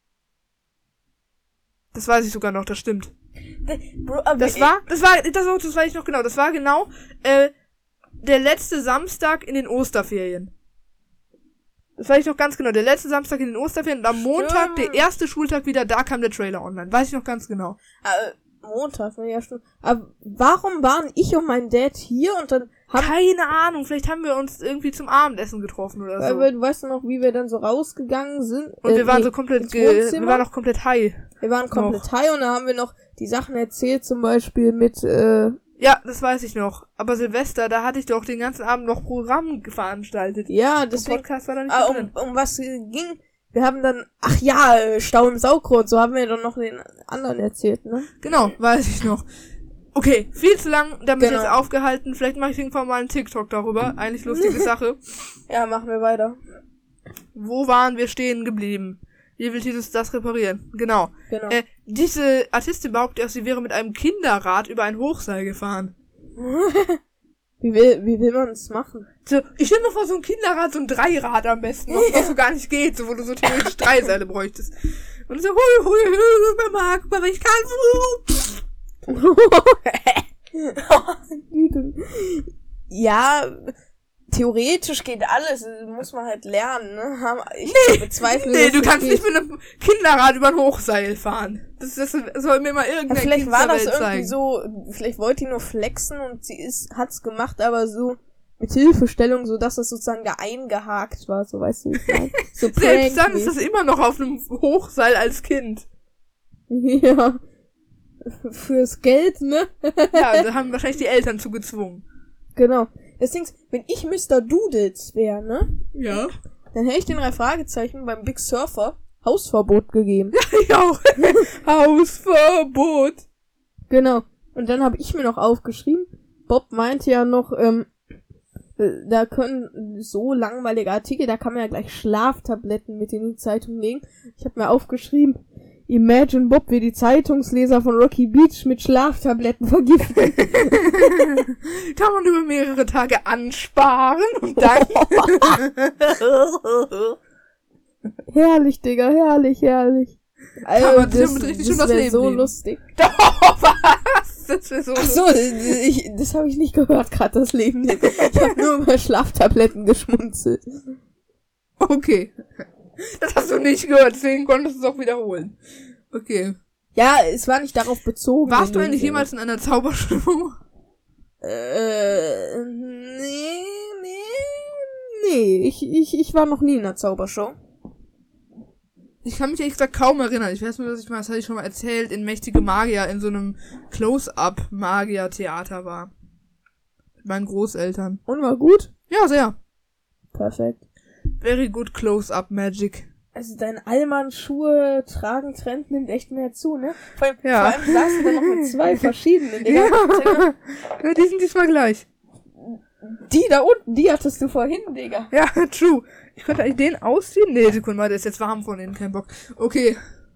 Das weiß ich sogar noch, das stimmt. Bro, aber Das war, das war, das war, das weiß ich noch genau, das war genau, äh, der letzte Samstag in den Osterferien. Das weiß ich noch ganz genau, der letzte Samstag in den Osterferien und am Montag, der erste Schultag wieder, da kam der Trailer online. Weiß ich noch ganz genau. Äh, Montag, ne, ja stimmt. Aber warum waren ich und mein Dad hier und dann haben... Keine Ahnung, vielleicht haben wir uns irgendwie zum Abendessen getroffen oder so. Weil, du weißt noch, wie wir dann so rausgegangen sind. Und äh, wir waren nee, so komplett, ins ge- Wohnzimmer. wir waren noch komplett high. Wir waren komplett high und da haben wir noch die Sachen erzählt, zum Beispiel mit, äh... Ja, das weiß ich noch. Aber Silvester, da hatte ich doch den ganzen Abend noch Programm veranstaltet. Ja, Der deswegen... Podcast war da nicht Ah, drin. um, um was äh, ging... Wir haben dann, ach ja, äh, Stau im Saugrund, so haben wir dann noch den anderen erzählt, ne? Genau, weiß ich noch. Okay, viel zu lang damit Genau. jetzt aufgehalten. Vielleicht mache ich irgendwann mal einen TikTok darüber. Eigentlich lustige Sache. Ja, machen wir weiter. Wo waren wir stehen geblieben? Wie will Jesus das reparieren? Genau. Genau. Äh, diese Artistin behauptet auch, sie wäre mit einem Kinderrad über ein Hochseil gefahren. Wie will, wie will man es machen? So, ich stell mir vor, so ein Kinderrad, so ein Dreirad am besten, noch, was so gar nicht geht, so, wo du so theoretisch drei Seile bräuchtest. Und so, hui, hui, hui, Mama, guck mal, was ich kann. Ja, theoretisch geht alles, muss man halt lernen, ne? Ich Nee, bezweifle, nee, dass du das kannst geht. nicht mit einem Kinderrad über ein Hochseil fahren. Das, das soll mir mal Ja, irgendein vielleicht Kind war der das Welt irgendwie zeigen. so, vielleicht wollte die nur flexen und sie ist, hat's gemacht, aber so, mit Hilfestellung, so dass das sozusagen da eingehakt war, so weißt du, wie ich meine. So Selbst dann ist das immer noch auf einem Hochseil als Kind. Ja. Fürs Geld, ne? Ja, da haben wahrscheinlich die Eltern zugezwungen. Genau. Deswegen, wenn ich Mister Doodles wäre, ne? Ja. Dann hätte ich den drei Fragezeichen beim Big Surfer Hausverbot gegeben. Ja, ich auch. Hausverbot. Genau. Und dann habe ich mir noch aufgeschrieben, Bob meinte ja noch, ähm, da können so langweilige Artikel, da kann man ja gleich Schlaftabletten mit in die Zeitung legen. Ich habe mir aufgeschrieben, Imagine Bob wie die Zeitungsleser von Rocky Beach mit Schlaftabletten vergiften. Kann man über mehrere Tage ansparen und dann... Herrlich, Digga, herrlich, herrlich. Also, kann man das, damit richtig das schon das wär Leben so leben. lustig. Was? Das wäre so Ach so, ich, das habe ich nicht gehört, gerade das Leben. Ich habe nur über Schlaftabletten geschmunzelt. Okay. Das hast du nicht gehört, deswegen konntest du es auch wiederholen. Okay. Ja, es war nicht darauf bezogen. Warst du eigentlich jemals in einer Zaubershow? Äh, nee, nee, nee. Ich, ich, ich war noch nie in einer Zaubershow. Ich kann mich ehrlich gesagt kaum erinnern. Ich weiß nur, dass ich mal, das hatte ich schon mal erzählt, in Mächtige Magier in so einem Close-Up-Magier-Theater war. Mit meinen Großeltern. Und war gut? Ja, sehr. Perfekt. Very good Close-Up Magic. Also dein Allmann-Schuhe tragen Trend nimmt echt mehr zu, ne? Vor allem, Ja. vor allem saßen wir noch mit zwei verschiedenen, Digga. Ja. Ja, die sind diesmal gleich. Die da unten, die hattest du vorhin, Digga. Ja, true. Ich könnte eigentlich den ausziehen. Nee, Sekunde mal, der ist jetzt warm von innen, kein Bock. Okay.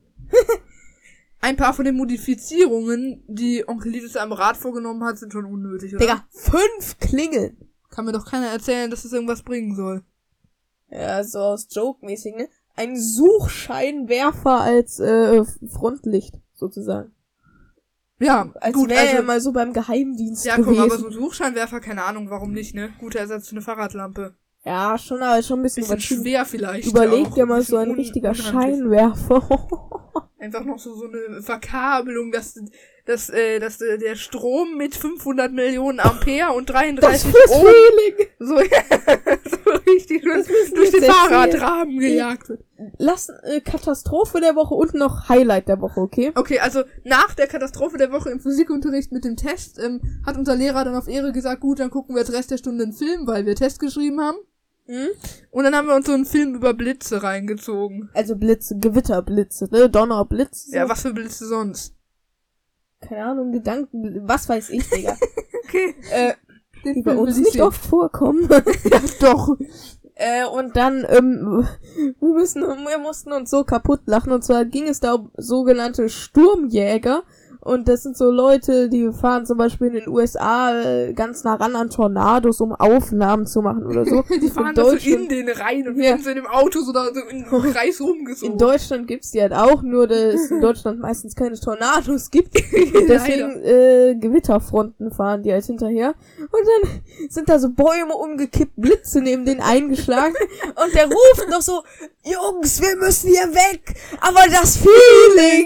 Ein paar von den Modifizierungen, die Onkel Lidus am Rad vorgenommen hat, sind schon unnötig, oder? Digga, fünf Klingeln. Kann mir doch keiner erzählen, dass das irgendwas bringen soll. Ja, so aus Joke-mäßig, ne? Ein Suchscheinwerfer als äh, Frontlicht, sozusagen. Ja, Als gut, wäre also... er mal so beim Geheimdienst Ja, gewesen. komm, aber so ein Suchscheinwerfer, keine Ahnung, warum nicht, ne? Guter Ersatz für eine Fahrradlampe. Ja, schon, aber schon ein bisschen, Bisschen übertrieben. schwer vielleicht. Überleg auch. dir mal Ein so ein bisschen richtiger un- unhandlich. Scheinwerfer. Einfach noch so, so eine Verkabelung, dass, dass, äh, dass äh, der Strom mit fünfhundert Millionen Ampere und Das dreiunddreißig fürs Ohm Feeling. so, so richtig Das durch müssen wir den jetzt Fahrradrahmen gejagt wird. Lass äh, Katastrophe der Woche und noch Highlight der Woche, okay? Okay, also nach der Katastrophe der Woche im Physikunterricht mit dem Test ähm, hat unser Lehrer dann auf Ehre gesagt, gut, dann gucken wir jetzt Rest der Stunde einen Film, weil wir Test geschrieben haben. Hm? Und dann haben wir uns so einen Film über Blitze reingezogen. Also Blitze, Gewitterblitze, ne? Donnerblitze. So. Ja, was für Blitze sonst? Keine Ahnung, Gedanken, was weiß ich, Digga. Okay. äh, Den die bei Film uns will ich nicht sehen. oft vorkommen. Ja, doch. Äh, und dann, ähm, wir müssen, wir mussten uns so kaputt lachen. Und zwar ging es da um sogenannte Sturmjäger. Und das sind so Leute, die fahren zum Beispiel in den U S A äh, ganz nah ran an Tornados, um Aufnahmen zu machen oder so. Die fahren in da so in Deutschland, den rein und wir Ja. sind so in dem Auto so da so in einem Kreis rumgesogen. in Deutschland gibt's die halt auch, nur dass es in Deutschland meistens keine Tornados gibt. Deswegen äh, Gewitterfronten fahren die halt hinterher. Und dann sind da so Bäume umgekippt, Blitze neben denen eingeschlagen. Und der ruft noch so, Jungs, wir müssen hier weg. Aber das Feeling.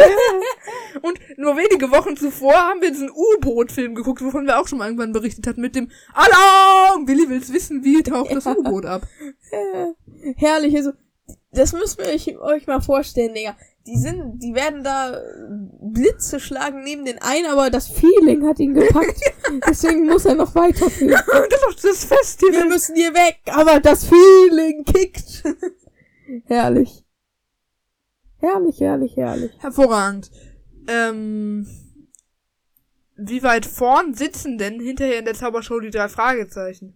Und nur wenige Wochen zuvor haben wir diesen U-Boot-Film geguckt, wovon wir auch schon mal irgendwann berichtet hatten, mit dem Alarm! Willi will's wissen, wie taucht das U-Boot ab? Äh, herrlich, also, das müsst ihr euch, euch mal vorstellen, Digga. Die sind, die werden da äh, Blitze schlagen neben den ein, aber das Feeling hat ihn gepackt. Deswegen muss er noch weiterführen. Und das ist das Festival. Wir müssen hier weg, aber das Feeling kickt. Herrlich. Herrlich, herrlich, herrlich. Hervorragend. Ähm, wie weit vorn sitzen denn hinterher in der Zaubershow die drei Fragezeichen?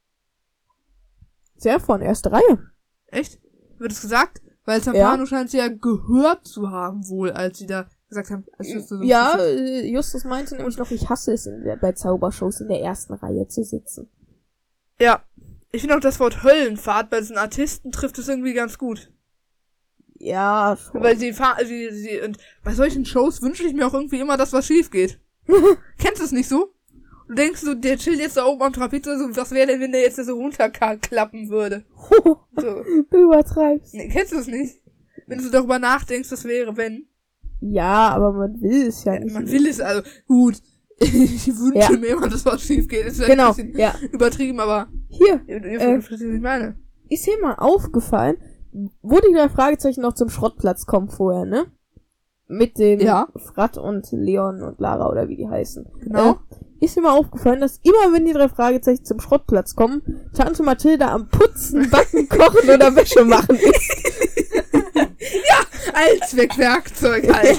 Sehr von erste Reihe. Echt? Wird es gesagt? Weil Zampano ja. scheint sie ja gehört zu haben wohl, als sie da gesagt haben. Als Justus ja, äh, Justus meinte nämlich noch, ich hasse es in der, bei Zaubershows in der ersten Reihe zu sitzen. Ja. Ich finde auch das Wort Höllenfahrt bei diesen Artisten trifft es irgendwie ganz gut. Ja, schon. Weil sie fahren, sie, sie, und bei solchen Shows wünsche ich mir auch irgendwie immer, dass was schief geht. Kennst du es nicht so? Du denkst so, der chillt jetzt da oben am Trapez, so, was wäre denn, wenn der jetzt da so runterklappen würde? So. Du übertreibst. Nee, kennst du es nicht? Wenn du darüber nachdenkst, was wäre, wenn? Ja, aber man will es ja, ja nicht. Man will es, also, gut. Ich wünsche Ja. mir immer, dass was schief geht. Ist Genau, ein bisschen ja. übertrieben, aber Hier, ihr, ihr Äh, versteht, was ich meine. ist dir mal aufgefallen, wo die drei Fragezeichen noch zum Schrottplatz kommen vorher, ne? Mit den Ja. Frat und Leon und Lara oder wie die heißen. Genau. Äh, ist mir mal aufgefallen, dass immer, wenn die drei Fragezeichen zum Schrottplatz kommen, Tante Mathilda am Putzen, Backen, Kochen oder Wäsche machen ist. Allzweckwerkzeug halt.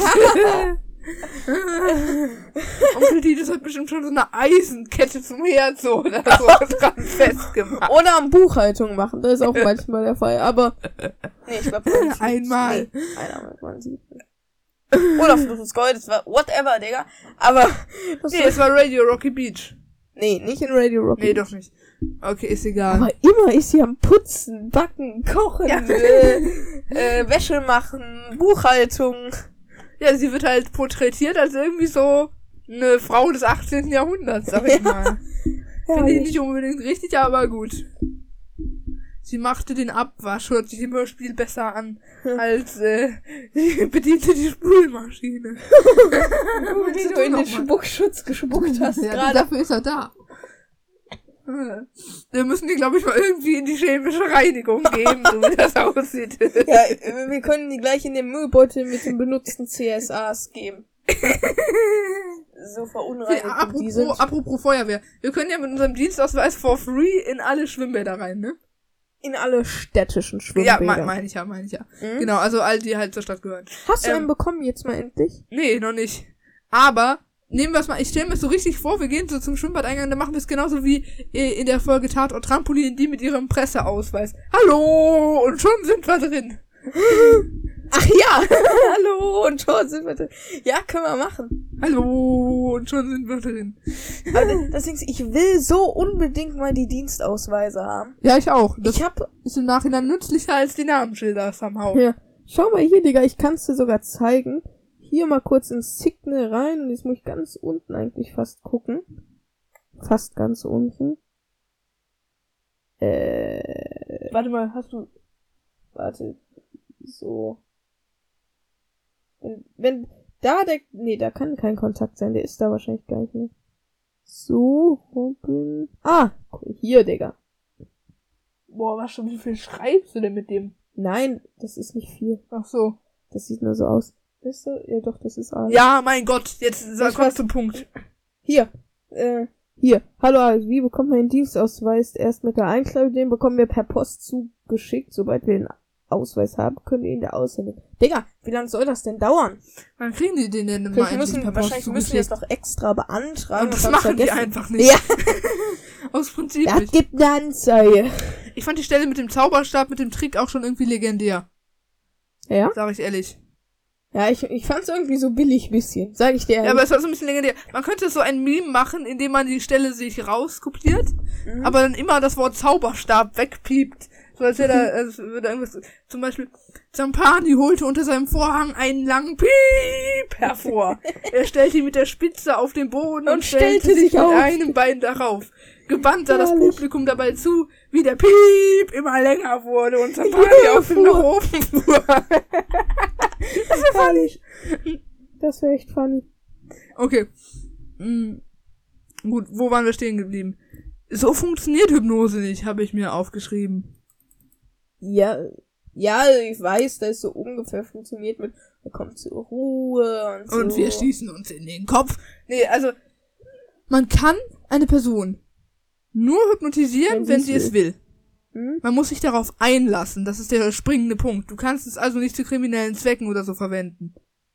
Onkel Titus hat bestimmt schon so eine Eisenkette zum Herd so oder so dran festgemacht. Oder am Buchhaltung machen, das ist auch manchmal der Fall, aber nee, ich glaube Einmal. Nee, einmal, man sieht. Oder Fluch des Goldes, war whatever, Digga. Aber das Nee, war, es war Radio Rocky Beach. nee, nicht in Radio Rocky. Nee, doch nicht. Okay, ist egal. Aber immer ist sie am Putzen, Backen, Kochen, Ja. äh, äh, Wäsche machen, Buchhaltung. Ja, sie wird halt porträtiert als irgendwie so eine Frau des achtzehnten. Jahrhunderts, sag ich Ja. mal. Ja, Finde ich ich- nicht unbedingt richtig, aber gut. Sie machte den Abwasch, hört sich im Hörspiel besser an, als äh, sie bediente die Spülmaschine. Wie du in den Spuckschutz gespuckt hast Ja, gerade. dafür ist er da. Wir müssen die, glaube ich, mal irgendwie in die chemische Reinigung geben, so wie das aussieht. Ja, wir können die gleich in den Müllbeutel mit den benutzten C S As geben. So verunreinigt Ja, die sind. apropos, apropos Feuerwehr. Wir können ja mit unserem Dienstausweis for free in alle Schwimmbäder rein, ne? In alle städtischen Ja, Schwimmbäder. meine mein ich ja, meine ich ja. Mhm. Genau, also all die halt zur Stadt gehören. Hast du Ähm, einen bekommen jetzt mal endlich? Nee, noch nicht. Aber, nehmen wir es mal, ich stelle mir das so richtig vor, wir gehen so zum Schwimmbadeingang, dann machen wir es genauso wie äh, in der Folge Tatort Trampolin, die mit ihrem Presseausweis. Hallo! Und schon sind wir drin. Ach ja! Hallo! Und schon sind wir drin. Ja, können wir machen. Hallo! Und schon sind wir drin. Aber das Ding ist, ich will so unbedingt mal die Dienstausweise haben. Ja, ich auch. Das Ich hab... ist im Nachhinein nützlicher als die Namensschilder somehow. Hier, schau mal hier, Digga, ich kann's dir sogar zeigen. Hier mal kurz ins Signal rein und jetzt muss ich ganz unten eigentlich fast gucken. Fast ganz unten. Äh... Warte mal, hast du... Warte. So. Wenn, wenn da der, nee, da kann kein Kontakt sein, der ist da wahrscheinlich gar nicht mehr. So, Robin. Ah, hier, Digga. Boah, was schon, wie viel schreibst du denn mit dem? Nein, das ist nicht viel. Ach so. Das sieht nur so aus. Weißt du? Ja doch, das ist alles. Ja, mein Gott, jetzt sag, Ich komm weiß- zum Punkt. Hier, äh, hier. Hallo, Alex, wie bekommt man den Dienstausweis erst mit der Einkleidung? Den bekommen wir per Post zugeschickt. Sobald wir den Ausweis haben, können wir ihn da aussenden. Digga, wie lange soll das denn dauern? Wann kriegen die den denn mal Vielleicht endlich müssen, per Post wahrscheinlich müssen wir es zugeschickt? noch extra beantragen. Und das hab's machen die vergessen. einfach nicht. Ja, Aus Prinzip das nicht. gibt eine Anzeige. Ich fand die Stelle mit dem Zauberstab, mit dem Trick auch schon irgendwie legendär. Ja? Sag ich ehrlich. Ja, ich, ich fand's irgendwie so billig bisschen. Sag ich dir Ja, ehrlich. aber es war so ein bisschen legendär. Man könnte so ein Meme machen, indem man die Stelle sich rauskopiert, Mhm. aber dann immer das Wort Zauberstab wegpiept. So als wäre da, als würde irgendwas, zum Beispiel, Zampani holte unter seinem Vorhang einen langen Piep hervor. Er stellte ihn mit der Spitze auf den Boden und, Und stellte, stellte sich sich mit auf. einem Bein darauf. Gebannt sah das Herrlich. Publikum dabei zu, wie der Piep immer länger wurde und Zampani Ja, auf ihm fuhr. nach oben fuhr. Das ist Herrlich. Das wäre echt funny. Okay. Hm. Gut, wo waren wir stehen geblieben? So funktioniert Hypnose nicht, habe ich mir aufgeschrieben. Ja, ja, ich weiß, dass es so ungefähr funktioniert mit, er kommt zur Ruhe und so. Und wir schießen uns in den Kopf. Nee, also, man kann eine Person nur hypnotisieren, Wenn wenn sie's sie es will. Hm? Man muss sich darauf einlassen. Das ist der springende Punkt. Du kannst es also nicht zu kriminellen Zwecken oder so verwenden.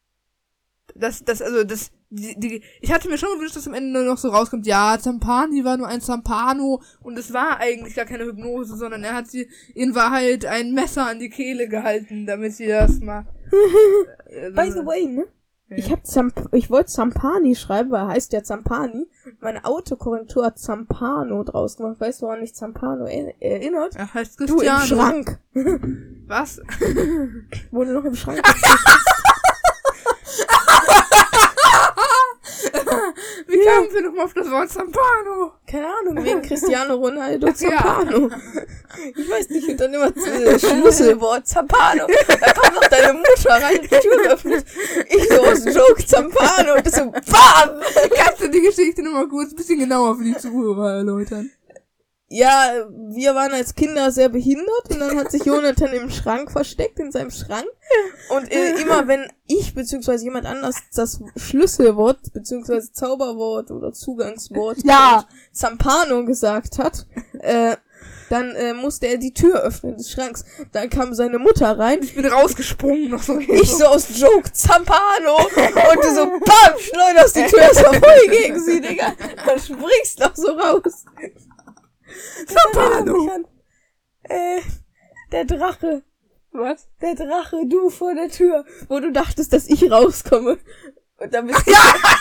Das, das, also, das, die, die, ich hatte mir schon gewünscht, dass am Ende nur noch so rauskommt, ja, Zampani war nur ein Zampano und es war eigentlich gar keine Hypnose, sondern er hat sie in Wahrheit ein Messer an die Kehle gehalten, damit sie das mal... äh, By the way, ne? ja. Ich hab Zamp ich wollte Zampani schreiben, weil er heißt ja Zampani. Meine Autokorrektur hat Zampano draus gemacht. Weißt du, woran mich Zampano er erinnert? Er heißt Du im Cristiano. Schrank. Was? Wurde noch im Schrank. Wie kamen wir nochmal auf das Wort Zampano? Keine Ahnung, wegen Cristiano Ronaldo Ja. Zampano. Ich weiß nicht, und dann immer das Schlüsselwort Zampano. Da kommt noch deine Mutter rein und die Tür öffnet. Ich so aus Joke Zampano und das so BAM! Kannst du die die Geschichte nochmal kurz ein bisschen genauer für die Zuhörer erläutern. Ja, wir waren als Kinder sehr behindert und dann hat sich Jonathan im Schrank versteckt, in seinem Schrank. Und äh, immer wenn ich beziehungsweise jemand anders das Schlüsselwort beziehungsweise Zauberwort oder Zugangswort ja. Zampano gesagt hat, äh, dann äh, musste er die Tür öffnen des Schranks. Dann kam seine Mutter rein. Ich bin rausgesprungen noch so. Ich so aus Joke, Zampano. Und du so, bam, schleuderst die Tür so voll gegen sie, Digga. Dann springst noch so raus. Zampano. Äh, der Drache. Was? Der Drache, du vor der Tür. Wo du dachtest, dass ich rauskomme. Und dann bist du...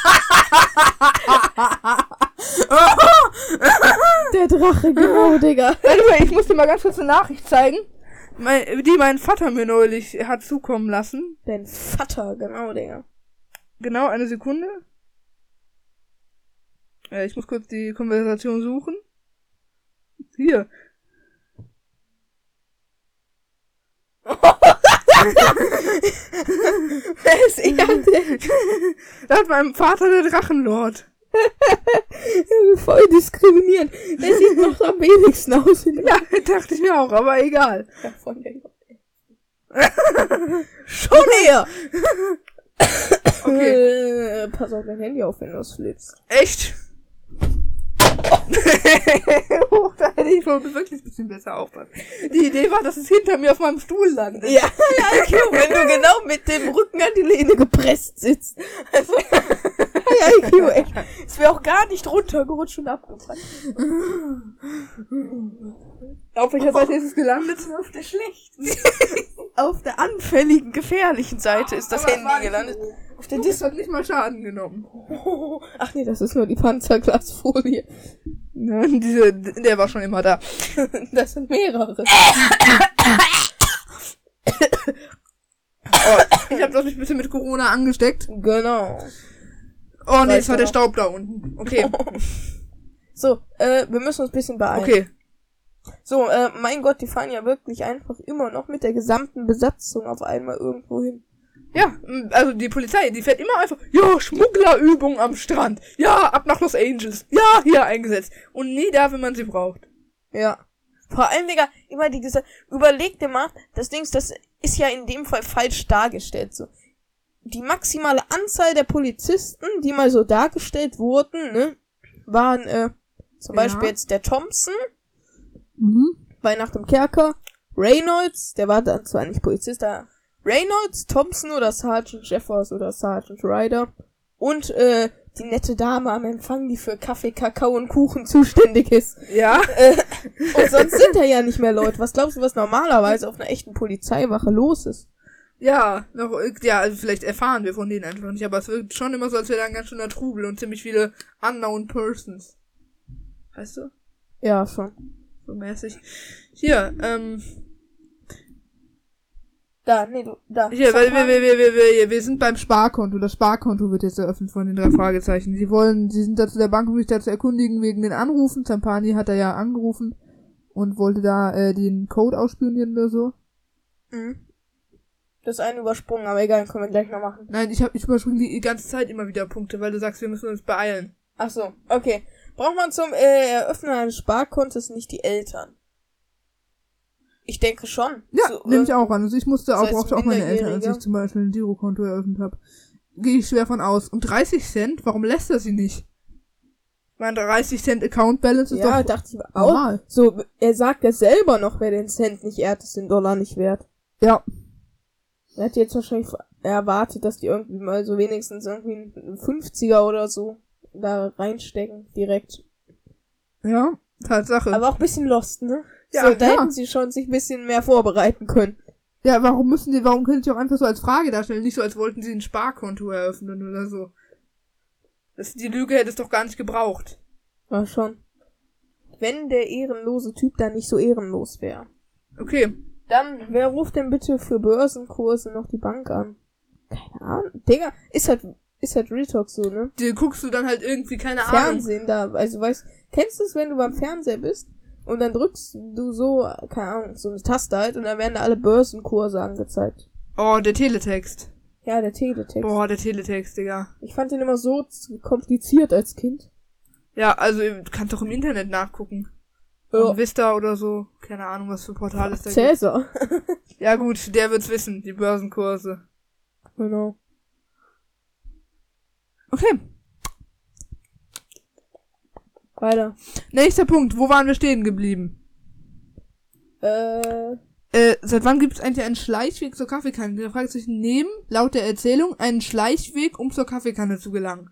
Der Drache, genau, Digga. Warte mal, ich muss dir mal ganz kurz eine Nachricht zeigen, mein, die mein Vater mir neulich hat zukommen lassen. Dein Vater, genau, Digga. Genau, eine Sekunde. Äh, ich muss kurz die Konversation suchen. Hier. Wer ist er denn? Da hat mein Vater der Drachenlord. Voll diskriminierend. Der sieht noch am wenigsten aus. Ja, dachte ich mir auch, aber egal. Ja, von der Schon eher. Okay. Äh, pass auf dein Handy auf, wenn du es flippst. Echt? Oh, da hätte ich wohl wirklich ein bisschen besser aufpassen. Die Idee war, dass es hinter mir auf meinem Stuhl landet. Ja, ja, wenn du genau mit dem Rücken an die Lehne gepresst sitzt. Also, ja, I Q, echt. Es wäre auch gar nicht runtergerutscht und abgefallen. Auf welcher Seite ist es gelandet? Auf der schlechten. Auf der anfälligen, gefährlichen Seite ist das Aber Handy gelandet. Auf der Disc hat nicht mal Schaden genommen. Ach nee, das ist nur die Panzerglasfolie. Ja, diese, der war schon immer da. Das sind mehrere. Oh, ich hab doch mich ein bisschen mit Corona angesteckt. Genau. Oh nee, es war der Staub da unten. Okay. So, äh, wir müssen uns ein bisschen beeilen. Okay. So, äh, mein Gott, die fahren ja wirklich einfach immer noch mit der gesamten Besatzung auf einmal irgendwo hin. Ja, also die Polizei, die fährt immer einfach, ja, Schmugglerübung am Strand. Ja, ab nach Los Angeles. Ja, hier eingesetzt. Und nie da, wenn man sie braucht. Ja. Vor allem, Digga, immer die gesagt, überleg dir mal, das Ding, das ist ja in dem Fall falsch dargestellt, so. Die maximale Anzahl der Polizisten, die mal so dargestellt wurden, ne, waren, äh, zum Ja. Beispiel jetzt der Thompson, Mhm. bei Nacht im Kerker, Reynolds, der war dann zwar nicht Polizist, da Reynolds, Thompson oder Sergeant Jeffers oder Sergeant Ryder und, äh, die nette Dame am Empfang, die für Kaffee, Kakao und Kuchen zuständig ist. Ja. Äh, und sonst sind da ja nicht mehr Leute. Was glaubst du, was normalerweise auf einer echten Polizeiwache los ist? Ja, noch, ja, also vielleicht erfahren wir von denen einfach nicht, aber es wirkt schon immer so, als wäre da ein ganz schöner Trubel und ziemlich viele unknown persons. Weißt du? Ja, schon. So mäßig. Hier, ähm, Da, nee, du, da. hier, weil wir, wir, wir, wir, wir, wir sind beim Sparkonto. Das Sparkonto wird jetzt eröffnet von den drei Fragezeichen. Sie wollen, sie sind dazu der Bank, um sich da zu erkundigen wegen den Anrufen. Zampani hat da ja angerufen und wollte da, äh, den Code ausspionieren oder so. Mhm. Das ist eine übersprungen, aber egal, können wir gleich noch machen. Nein, ich hab, ich überspringe die ganze Zeit immer wieder Punkte, weil du sagst, wir müssen uns beeilen. Ach so, okay. Braucht man zum äh, Eröffnen eines Sparkontos nicht die Eltern? Ich denke schon. Ja, so, nehme ich äh, auch an. Also ich musste auch, das heißt, brauchte auch meine Eltern, als Minderjährige? ich zum Beispiel ein Girokonto eröffnet habe. Gehe ich schwer von aus. Und dreißig Cent? Warum lässt er sie nicht? Ich meine, dreißig Cent Account Balance ist ja, doch dachte ich auch. normal. So, er sagt ja selber noch, wer den Cent nicht ehrt, ist den Dollar nicht wert. Ja. Er hat jetzt wahrscheinlich erwartet, dass die irgendwie mal so wenigstens irgendwie einen fünfziger oder so da reinstecken, direkt. Ja, Tatsache. Aber auch ein bisschen lost, ne? Ja, so, da ja. hätten sie schon sich ein bisschen mehr vorbereiten können. Ja, warum müssen die, warum können sie auch einfach so als Frage darstellen? Nicht so, als wollten sie ein Sparkonto eröffnen oder so. Das, die Lüge hätte es doch gar nicht gebraucht. Ja, schon. Wenn der ehrenlose Typ da nicht so ehrenlos wäre. Okay. Dann, wer ruft denn bitte für Börsenkurse noch die Bank an? Keine Ahnung. Digga, ist halt, ist halt Retalk so, ne? Die guckst du dann halt irgendwie, keine Ahnung. Fernsehen da, also weißt, kennst du es, wenn du beim Fernseher bist und dann drückst du so, keine Ahnung, so eine Taste halt und dann werden da alle Börsenkurse angezeigt. Oh, der Teletext. Ja, der Teletext. Boah, der Teletext, Digga. Ich fand den immer so kompliziert als Kind. Ja, also du kannst doch im Internet nachgucken. Ja. Vista oder so. Keine Ahnung, was für Portale es da Cäsar. gibt. Ja gut, der wird's wissen, die Börsenkurse. Genau. Okay. Weiter. Nächster Punkt, wo waren wir stehen geblieben? Äh... Äh, seit wann gibt es eigentlich einen Schleichweg zur Kaffeekanne? Der fragt sich, nehmen, laut der Erzählung, einen Schleichweg, um zur Kaffeekanne zu gelangen.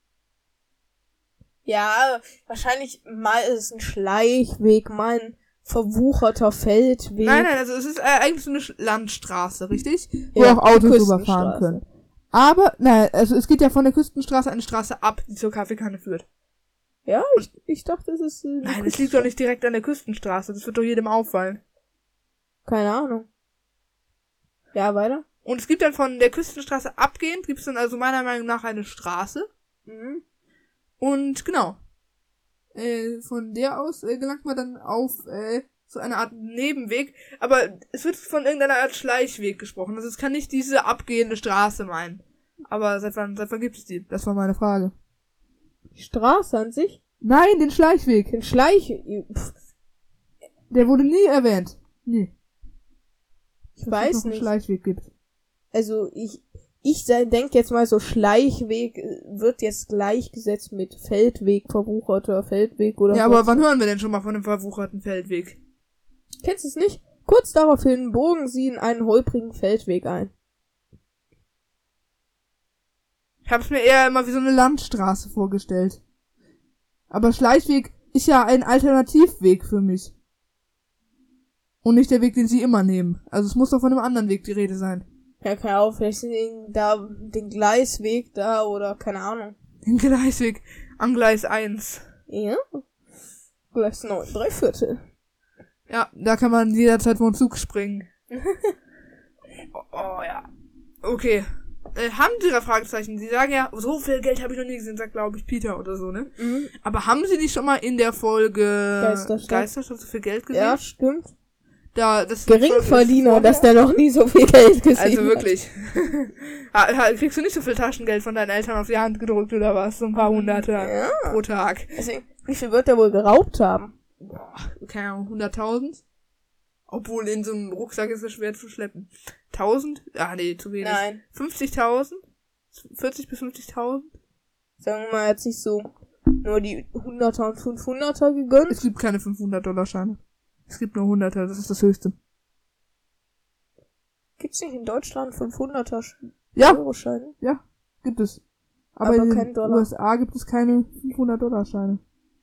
Ja, wahrscheinlich mal ist es ein Schleichweg, mal ein verwucherter Feldweg. Nein, nein, also es ist äh, eigentlich so eine Sch- Landstraße, richtig? Wo Ja, auch Autos die überfahren können. Aber, nein, also es geht ja von der Küstenstraße eine Straße ab, die zur Kaffeekanne führt. Ja, ich, ich dachte, es ist... Äh, Nein, es liegt doch nicht direkt an der Küstenstraße, das wird doch jedem auffallen. Keine Ahnung. Ja, weiter? Und es gibt dann von der Küstenstraße abgehend, gibt es dann also meiner Meinung nach eine Straße. Mhm. Und genau. Äh, von der aus äh, gelangt man dann auf äh, so eine Art Nebenweg. Aber es wird von irgendeiner Art Schleichweg gesprochen. Also es kann nicht diese abgehende Straße meinen. Aber seit wann, seit wann gibt es die? Das war meine Frage. Die Straße an sich? Nein, den Schleichweg. Den Schleich... Pff, Der wurde nie erwähnt. Nie. ich Dass weiß es noch einen nicht. Schleichweg gibt. Also, ich... Ich denke jetzt mal so, Schleichweg äh, wird jetzt gleichgesetzt mit Feldweg, verwucherter Feldweg oder Ja, was. aber wann hören wir denn schon mal von einem verwucherten Feldweg? Kennst du es nicht? Kurz daraufhin bogen sie in einen holprigen Feldweg ein. Ich hab's mir eher immer wie so eine Landstraße vorgestellt. Aber Schleichweg ist ja ein Alternativweg für mich. Und nicht der Weg, den sie immer nehmen. Also es muss doch von einem anderen Weg die Rede sein. Ja, keine Ahnung, vielleicht sind die da den Gleisweg da oder keine Ahnung. Den Gleisweg an Gleis eins. Ja? Gleis neun, drei Viertel. Ja, da kann man jederzeit vom Zug springen. oh, oh ja. Okay. Äh, haben Sie da Fragezeichen? Sie sagen ja, so viel Geld habe ich noch nie gesehen, sagt glaube ich Peter oder so, ne? Mhm. Aber haben Sie nicht schon mal in der Folge Geisterstadt, Geisterstadt so viel Geld gesehen? Ja, stimmt. Da, das Geringverdiener, dass der noch nie so viel Geld gesehen hat. Also wirklich. ha, ha, kriegst du nicht so viel Taschengeld von deinen Eltern auf die Hand gedrückt oder was? So ein paar Hunderte Ja. pro Tag. Deswegen, wie viel wird der wohl geraubt haben? Boah, keine Ahnung, hunderttausend? Obwohl in so einem Rucksack ist es schwer zu schleppen. tausend? Ah, nee, zu wenig. Nein. fünfzigtausend? vierzig bis fünfzigtausend? Sagen wir mal, er hat sich so nur die Hunderter und Fünfhunderter gegönnt. Es gibt keine fünfhundert-Dollar-Scheine. Es gibt nur Hunderter, das ist das Höchste. Gibt's nicht in Deutschland fünfhunderter Ja, Euro-Scheine? ja, gibt es. Aber, Aber in kein den Dollar. U S A gibt es keine fünfhundert-Dollar-Scheine.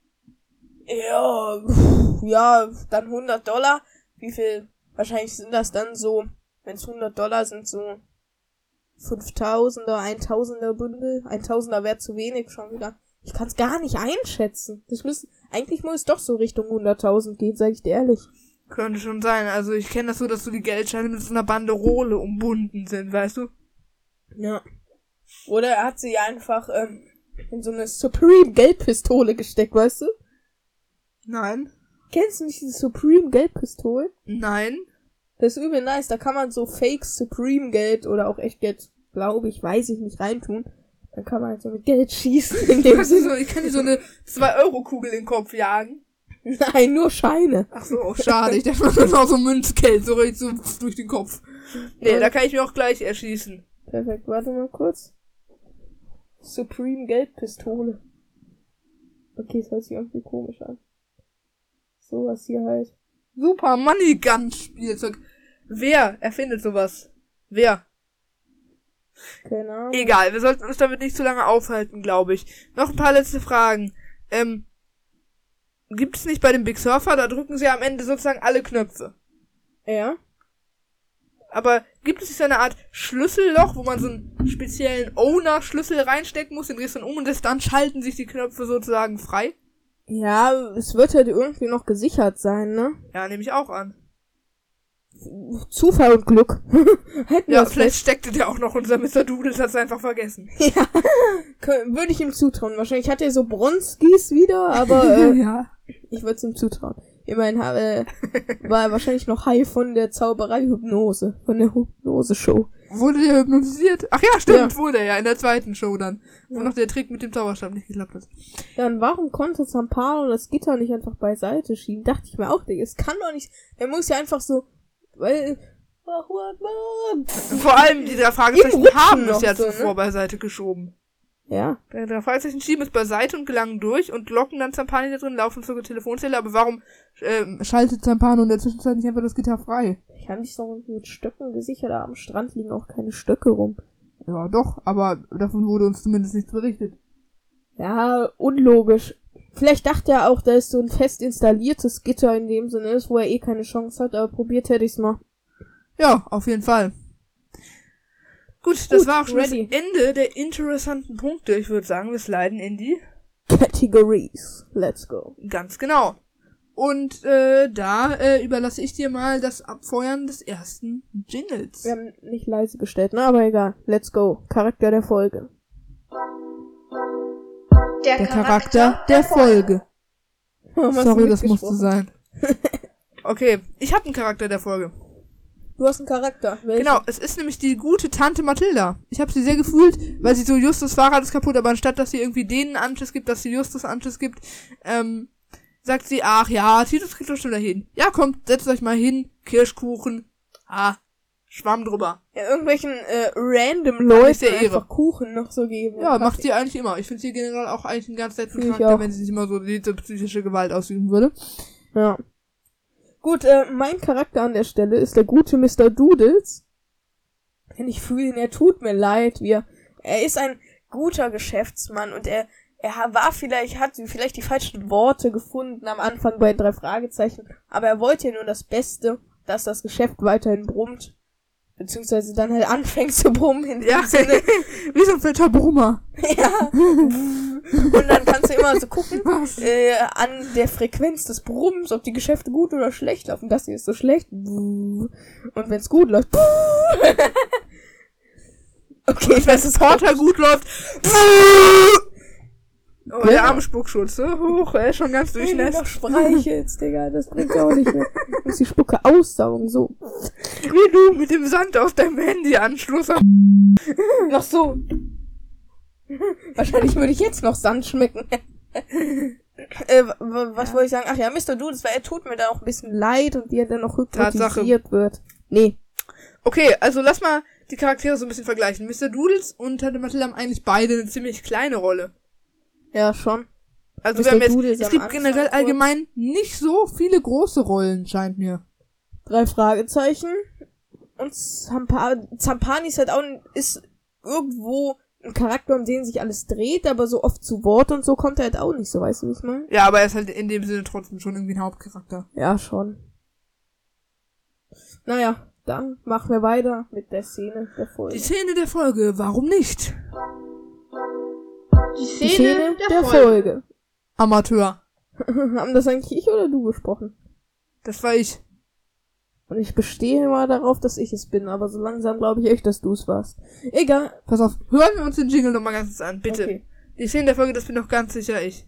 Ja, pff, ja, dann hundert Dollar. Wie viel? Wahrscheinlich sind das dann so, wenn es hundert Dollar sind, so fünftausender, eintausender Bündel. eintausender wäre zu wenig schon wieder. Ich kann es gar nicht einschätzen. Das müssen, eigentlich muss es doch so Richtung hunderttausend gehen, sag ich dir ehrlich. Könnte schon sein. Also ich kenne das so, dass so die Geldscheine mit so einer Banderole umbunden sind, weißt du? Ja. Oder er hat sie einfach ähm, in so eine Supreme Geldpistole gesteckt, weißt du? Nein. Kennst du nicht diese Supreme Geldpistole? Nein. Das ist übel nice. Da kann man so Fake Supreme Geld oder auch echt Geld, glaube ich, weiß ich nicht, reintun. Dann kann man halt so mit Geld schießen. In dem Das ist Sinne. so, ich kann dir so eine zwei Euro Kugel in den Kopf jagen. Nein, nur Scheine. Ach so, schade. Ich dachte, man kann auch so Münzgeld so richtig so durch den Kopf. Nee, da kann ich mir auch gleich erschießen. Perfekt, warte mal kurz. Supreme Geldpistole. Okay, das hört sich irgendwie komisch an. Sowas hier halt. Super Money Gun Spielzeug. Wer erfindet sowas? Wer? Keine Ahnung. Egal, wir sollten uns damit nicht zu lange aufhalten, glaube ich. Noch ein paar letzte Fragen. Ähm, gibt es nicht bei dem Big Surfer, da drücken sie am Ende sozusagen alle Knöpfe. Ja? Aber gibt es nicht so eine Art Schlüsselloch, wo man so einen speziellen Owner-Schlüssel reinstecken muss, den drehst du dann um und das, dann schalten sich die Knöpfe sozusagen frei? Ja, es wird halt irgendwie noch gesichert sein, ne? Ja, nehme ich auch an. Zufall und Glück. Hätten Ja, wir vielleicht steckte der auch noch, unser Mister Doodles hat es einfach vergessen. Ja, Kön- würde ich ihm zutrauen. Wahrscheinlich hat er so Bronskis wieder, aber äh, ja. ich würde es ihm zutrauen. Immerhin äh, war er wahrscheinlich noch high von der Zauberei-Hypnose, von der Hypnose-Show. Wurde der hypnotisiert? Ach ja, stimmt, Ja. wurde er ja in der zweiten Show dann. Wo Ja. noch der Trick mit dem Zauberstab nicht geklappt hat. Ja, und warum konnte Zampano das Gitter nicht einfach beiseite schieben? Dachte ich mir auch, Digga, es kann doch nicht, der muss ja einfach so, weil, Vor allem die drei Fragezeichen Im Rutschen haben noch es ja so, zuvor ne? beiseite geschoben. ja, Die drei Fragezeichen schieben es beiseite und gelangen durch und locken dann Zampani da drin, laufen zur Telefonzelle, aber warum ähm, schaltet Zampano in der Zwischenzeit nicht einfach das Gitter frei? ich habe dich doch mit Stöcken gesichert, da am Strand liegen auch keine Stöcke rum. Ja, doch, aber davon wurde uns zumindest nichts berichtet. Ja, unlogisch. Vielleicht dachte er auch, da ist so ein fest installiertes Gitter in dem Sinne ist, wo er eh keine Chance hat, aber probiert hätte ich's mal. Ja, auf jeden Fall. Gut, das Gut, war auch schon ready. das Ende der interessanten Punkte. Ich würde sagen, wir sliden in die Categories. Let's go. ganz genau. Und äh, da äh, überlasse ich dir mal das Abfeuern des ersten Jingles. Wir haben nicht leise gestellt, ne? Aber egal. Let's go. Charakter der Folge. Der Charakter der Folge. Warum hast du Sorry, das musste mitgesprochen? sein. Okay, ich habe einen Charakter der Folge. Du hast einen Charakter. Welchen? Genau, es ist nämlich die gute Tante Mathilda. Ich habe sie sehr gefühlt, weil sie so, Justus Fahrrad ist kaputt, aber anstatt, dass sie irgendwie denen Anschiss gibt, dass sie Justus Anschiss gibt, ähm, sagt sie, ach ja, Titus kriegt doch schon dahin. Ja, kommt, setzt euch mal hin, Kirschkuchen, ah, Schwamm drüber. Ja, irgendwelchen äh, random Leuten der Ehre. einfach Kuchen noch so geben. Ja, und macht Kaffee. sie eigentlich immer. Ich finde sie generell auch eigentlich einen ganz netten Find ich Charakter, auch. wenn sie nicht immer so diese psychische Gewalt ausüben würde. Ja. Gut, äh, mein Charakter an der Stelle ist der gute Mister Doodles. Denn ich fühle ihn, er tut mir leid. Wir, er ist ein guter Geschäftsmann und er, er war vielleicht, hat vielleicht die falschen Worte gefunden am Anfang bei drei Fragezeichen, aber er wollte ja nur das Beste, dass das Geschäft weiterhin brummt. Beziehungsweise dann halt anfängt zu brummen in dem Ja, Sinne. wie so ein fetter Brummer. Ja. Und dann kannst du immer so gucken, Was? äh, an der Frequenz des Brummens, ob die Geschäfte gut oder schlecht laufen. Das hier ist so schlecht. Und wenn es gut läuft. Okay, ich weiß, es Porter gut läuft. Oh, Genau. der arme Spuckschutz, so hoch, er ist schon ganz Wenn du durchnässt. noch streichelst, Digga, das bringt ja auch nicht mehr. Du musst die Spucke aussaugen, so. Wie du mit dem Sand aus deinem Handyanschluss am Noch so. Wahrscheinlich würde ich jetzt noch Sand schmecken. äh, w- w- was Ja. wollte ich sagen? Ach ja, Mister Doodles, weil er tut mir da auch ein bisschen leid und wie er dann noch Tatsache. hypnotisiert wird. Nee. Okay, also lass mal die Charaktere so ein bisschen vergleichen. Mister Doodles und Tante Mathilda haben eigentlich beide eine ziemlich kleine Rolle. Ja, schon. Also Mister wir haben jetzt, Doodles es am gibt Anfang generell kurz. allgemein nicht so viele große Rollen, scheint mir. Drei Fragezeichen. Und Zampa Zampani ist halt auch ein, ist irgendwo ein Charakter, um den sich alles dreht, aber so oft zu Wort und so kommt er halt auch nicht so, weißt du, wie ich meine? Ja, aber er ist halt in dem Sinne trotzdem schon irgendwie ein Hauptcharakter. Ja, schon. Naja, dann machen wir weiter mit der Szene der Folge. Die Szene der Folge, warum nicht? Die Die Szene, Szene der, der Folge. Folge. Amateur. Haben das eigentlich ich oder du gesprochen? Das war ich. Und ich bestehe mal darauf, dass ich es bin, aber so langsam glaube ich echt, dass du es warst. Egal. Pass auf, hören wir uns den Jingle nochmal ganz kurz an, bitte. Okay. Die Szene der Folge, das bin doch ganz sicher ich.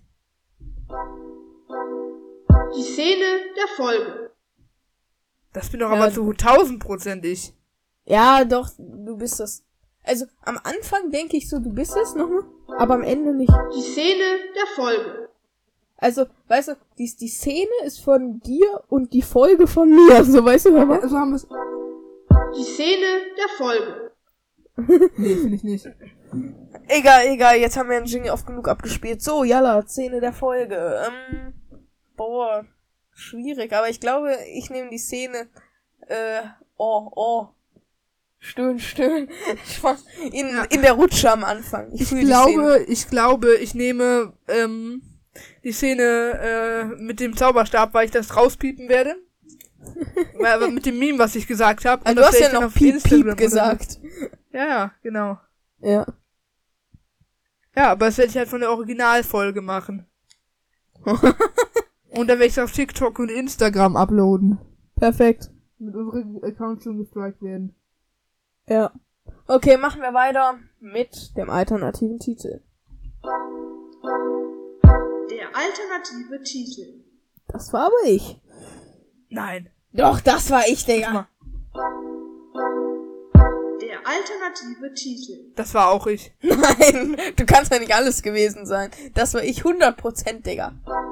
Die Szene der Folge. Das bin doch Ja, aber zu tausend Prozent ich. Ja, doch, du bist es. Also, am Anfang denke ich so, du bist es nochmal, aber am Ende nicht. Die Szene der Folge. Also, weißt du, die, die Szene ist von dir und die Folge von mir. So, weißt du, hör mal. Also haben wir es. Die Szene der Folge. Nee, finde ich nicht. Egal, egal, jetzt haben wir den Jingle oft genug abgespielt. So, jalla, Szene der Folge. Ähm, boah, schwierig, aber ich glaube, ich nehme die Szene, äh, oh, oh, stöhn, stöhn, in, Ja. in der Rutsche am Anfang. Ich, Ich fühl die Szene. glaube, ich glaube, ich nehme ähm, die Szene äh, mit dem Zauberstab, weil ich das rauspiepen werde. Weil, aber mit dem Meme, was ich gesagt habe. Ah, du hast ja noch Piep, Piep gesagt. Ja, ja, genau. Ja. Ja, aber das werde ich halt von der Originalfolge machen. Und dann werde ich es auf TikTok und Instagram uploaden. Perfekt. Mit unseren Accounts schon gestrikt werden. Ja. Okay, machen wir weiter mit dem alternativen Titel. Der alternative Titel. Das war aber ich. Nein. Doch, das war ich, Guck Digga. mal. Der Der alternative Titel. Das war auch ich. Nein, du kannst ja nicht alles gewesen sein. Das war ich hundert Prozent, Digga.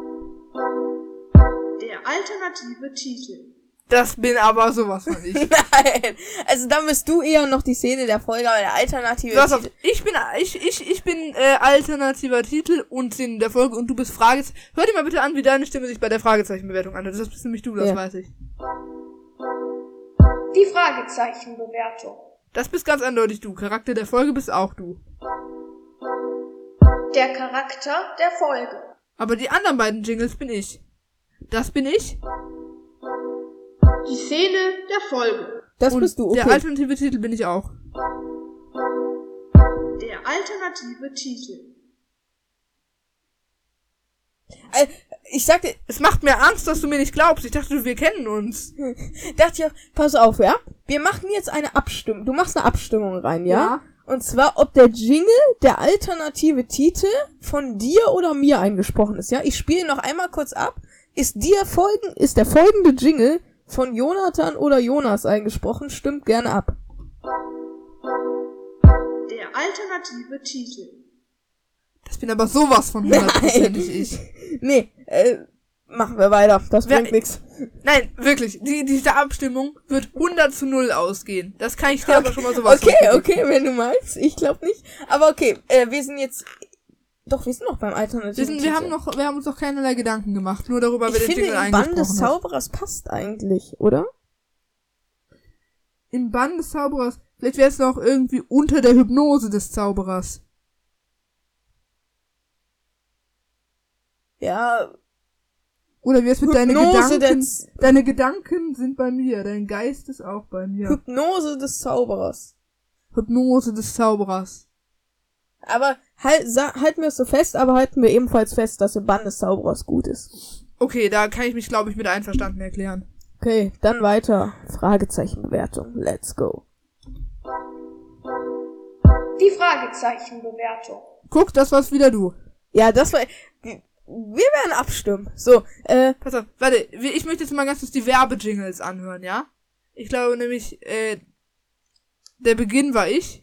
Der alternative Titel. Das bin aber sowas von ich. Nein, also dann bist du eher noch die Szene der Folge, aber der alternative Pass auf, Titel. ich bin ich ich ich bin äh, alternativer Titel und Szene der Folge und du bist Fragezeichen. Hör dir mal bitte an, wie deine Stimme sich bei der Fragezeichenbewertung anhört. Das bist nämlich du, das Ja. weiß ich. Die Fragezeichenbewertung. Das bist ganz eindeutig du. Charakter der Folge bist auch du. Der Charakter der Folge. Aber die anderen beiden Jingles bin ich. Das bin ich. Die Szene der Folge. Das und bist du, okay. Der alternative Titel bin ich auch. Der alternative Titel. Äh, ich sagte, Es macht mir Angst, dass du mir nicht glaubst. Ich dachte, wir kennen uns. dachte ich auch, pass auf, ja? Wir machen jetzt eine Abstimmung. Du machst eine Abstimmung rein, ja? Ja. Und zwar, ob der Jingle, der alternative Titel von dir oder mir eingesprochen ist, ja? Ich spiele noch einmal kurz ab. Ist dir folgen, ist der folgende Jingle von Jonathan oder Jonas eingesprochen? Stimmt gerne ab. Der alternative Titel. Das bin aber sowas von hundertprozentig ich. Nee, äh, machen wir weiter. Das Wer- bringt nix. Nein, wirklich. Die, diese Abstimmung wird hundert zu null ausgehen. Das kann ich dir aber schon mal sowas Okay, von okay, wenn du meinst. Ich glaube nicht. Aber okay, äh, wir sind jetzt... Doch, wir sind noch beim alternativen Wir, sind, wir, Titel. haben noch, wir haben uns noch keinerlei Gedanken gemacht. Nur darüber, Ich wer den finde, Jingle im Bann des eingesprochen hat. Zauberers passt eigentlich, oder? Im Bann des Zauberers. Vielleicht wäre es noch irgendwie unter der Hypnose des Zauberers. Ja, Oder wie es mit deine Hypnose Gedanken. des- Deine Gedanken sind bei mir. Dein Geist ist auch bei mir. Hypnose des Zauberers. Hypnose des Zauberers. Aber halt, sa- halten wir es so fest, aber halten wir ebenfalls fest, dass im Bann des Zauberers gut ist. Okay, da kann ich mich, glaube ich, mit einverstanden erklären. Okay, dann weiter. Fragezeichenbewertung. Let's go. Die Fragezeichenbewertung. Guck, das war's wieder du. Ja, das war... Wir werden abstimmen. So, äh, Pass auf, warte, wir- ich möchte jetzt mal ganz kurz die Werbejingles anhören, ja? Ich glaube nämlich, äh, der Beginn war ich.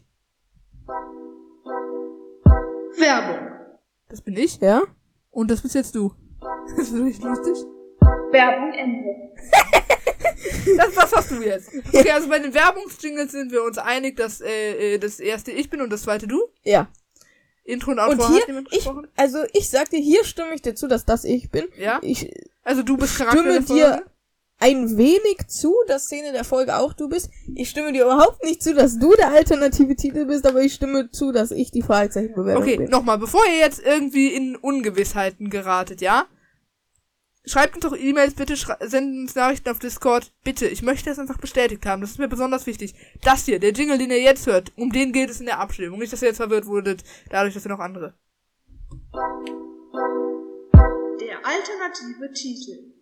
Werbung. Das bin ich. ja? Und das bist jetzt du. Das ist richtig lustig. Werbung Ende. Das, was hast du jetzt? Okay, also bei den Werbungsjingles sind wir uns einig, dass äh, äh, das erste ich bin und das zweite du. Ja. Intro und Und Outro hier, hat jemand ich, gesprochen. also ich sagte, hier stimme ich dir zu, dass das ich bin. Ja? Ich Also du bist Charakter stimme der Folge. dir ein wenig zu, dass Szene der Folge auch du bist. Ich stimme dir überhaupt nicht zu, dass du der alternative Titel bist, aber ich stimme zu, dass ich die Fragezeichenbewertung Okay, bin. nochmal, bevor ihr jetzt irgendwie in Ungewissheiten geratet, ja? Schreibt uns doch E-Mails, bitte schrei- sendet uns Nachrichten auf Discord. Bitte, ich möchte das einfach bestätigt haben. Das ist mir besonders wichtig. Das hier, der Jingle, den ihr jetzt hört, um den geht es in der Abstimmung. Nicht, dass ihr jetzt verwirrt wurdet, dadurch, dass wir noch andere. Der alternative Titel.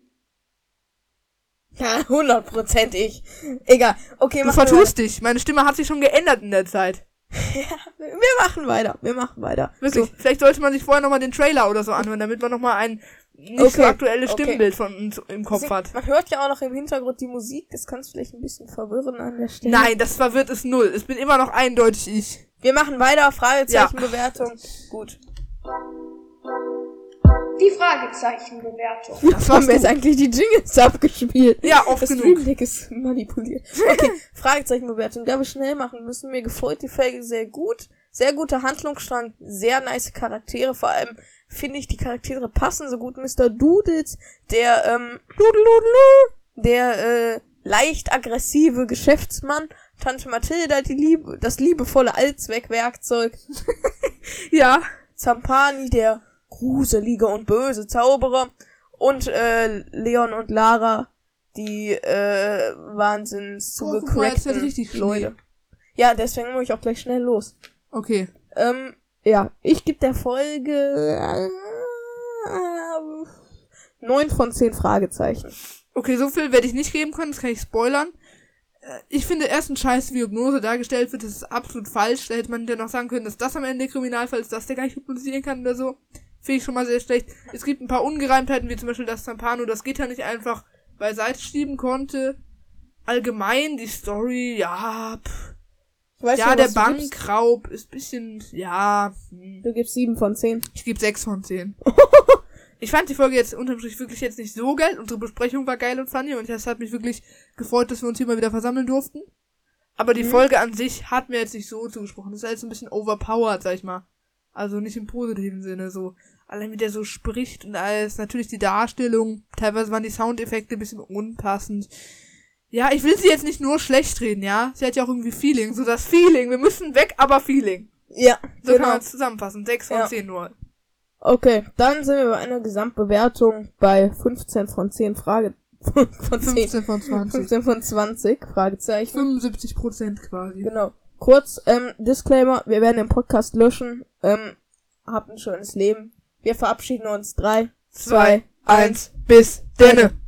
Ja, hundertprozentig. Egal. Okay, Du machen wir vertust dich. Meine Stimme hat sich schon geändert in der Zeit. weiter. Wir machen weiter. Wir machen weiter. Wirklich. So. Vielleicht sollte man sich vorher nochmal den Trailer oder so anhören, damit man nochmal ein nicht so Okay, aktuelles okay. Stimmenbild von uns im Kopf hat. Man hört ja auch noch im Hintergrund die Musik. Das kann es vielleicht ein bisschen verwirren an der Stelle. Nein, das verwirrt es null. Es bin immer noch eindeutig ich. Wir machen weiter. Fragezeichenbewertung. Gut. Die Fragezeichenbewertung. Das Haben warst wir jetzt du. eigentlich die Jingles abgespielt? Ja, oft Das genug. Stream Deck ist manipuliert. Okay, Fragezeichenbewertung. Da wir schnell machen müssen. Mir gefällt die Folge sehr gut. Sehr guter Handlungsstrang. Sehr nice Charaktere. Vor allem finde ich, die Charaktere passen so gut. Mister Doodles, der, ähm, der, äh, leicht aggressive Geschäftsmann. Tante Mathilda, die Liebe, das liebevolle Allzweckwerkzeug. Ja. Zampani, der gruselige und böse Zauberer. Und, äh, Leon und Lara, die, äh, wahnsinns Oh, guck mal, jetzt wird zugecrackten richtig Schnee. Leute. Ja, deswegen muss ich auch gleich schnell los. Okay. Ähm, ja, ich gebe der Folge äh, neun von zehn Fragezeichen. Okay, so viel werde ich nicht geben können, das kann ich spoilern. Äh, Ich finde erstens scheiße, wie Hypnose dargestellt wird, das ist absolut falsch. Da hätte man ja noch sagen können, dass das am Ende der Kriminalfall ist, dass der gar nicht hypnotisieren kann oder so. Finde ich schon mal sehr schlecht. Es gibt ein paar Ungereimtheiten, wie zum Beispiel das Zampano, das geht ja nicht einfach beiseite schieben konnte. Allgemein, die Story, ja, pff. Weißt ja, du, der was du gibst? Bankraub ist bisschen, ja. hm. Du gibst sieben von zehn. Ich gebe sechs von zehn. Ich fand die Folge jetzt unterm Strich wirklich jetzt nicht so geil. Unsere Besprechung war geil und funny und es hat mich wirklich gefreut, dass wir uns hier mal wieder versammeln durften. Aber die Mhm. Folge an sich hat mir jetzt nicht so zugesprochen. Das ist halt so ein bisschen overpowered, sag ich mal. Also nicht im positiven Sinne, so. Allein wie der so spricht und alles. Natürlich die Darstellung. Teilweise waren die Soundeffekte ein bisschen unpassend. Ja, ich will sie jetzt nicht nur schlecht reden, ja. Sie hat ja auch irgendwie Feeling. So das Feeling. Wir müssen weg, aber Feeling. Ja, So genau. kann man es zusammenfassen. sechs von Ja. zehn nur. Okay, dann sind wir bei einer Gesamtbewertung bei fünfzehn von zehn Frage von zehn. fünfzehn von zwanzig. fünfzehn von zwanzig Fragezeichen. fünfundsiebzig Prozent quasi. Genau. Kurz, ähm, Disclaimer, wir werden den Podcast löschen. Ähm, habt ein schönes Leben. Wir verabschieden uns. drei, zwei, eins, bis denne.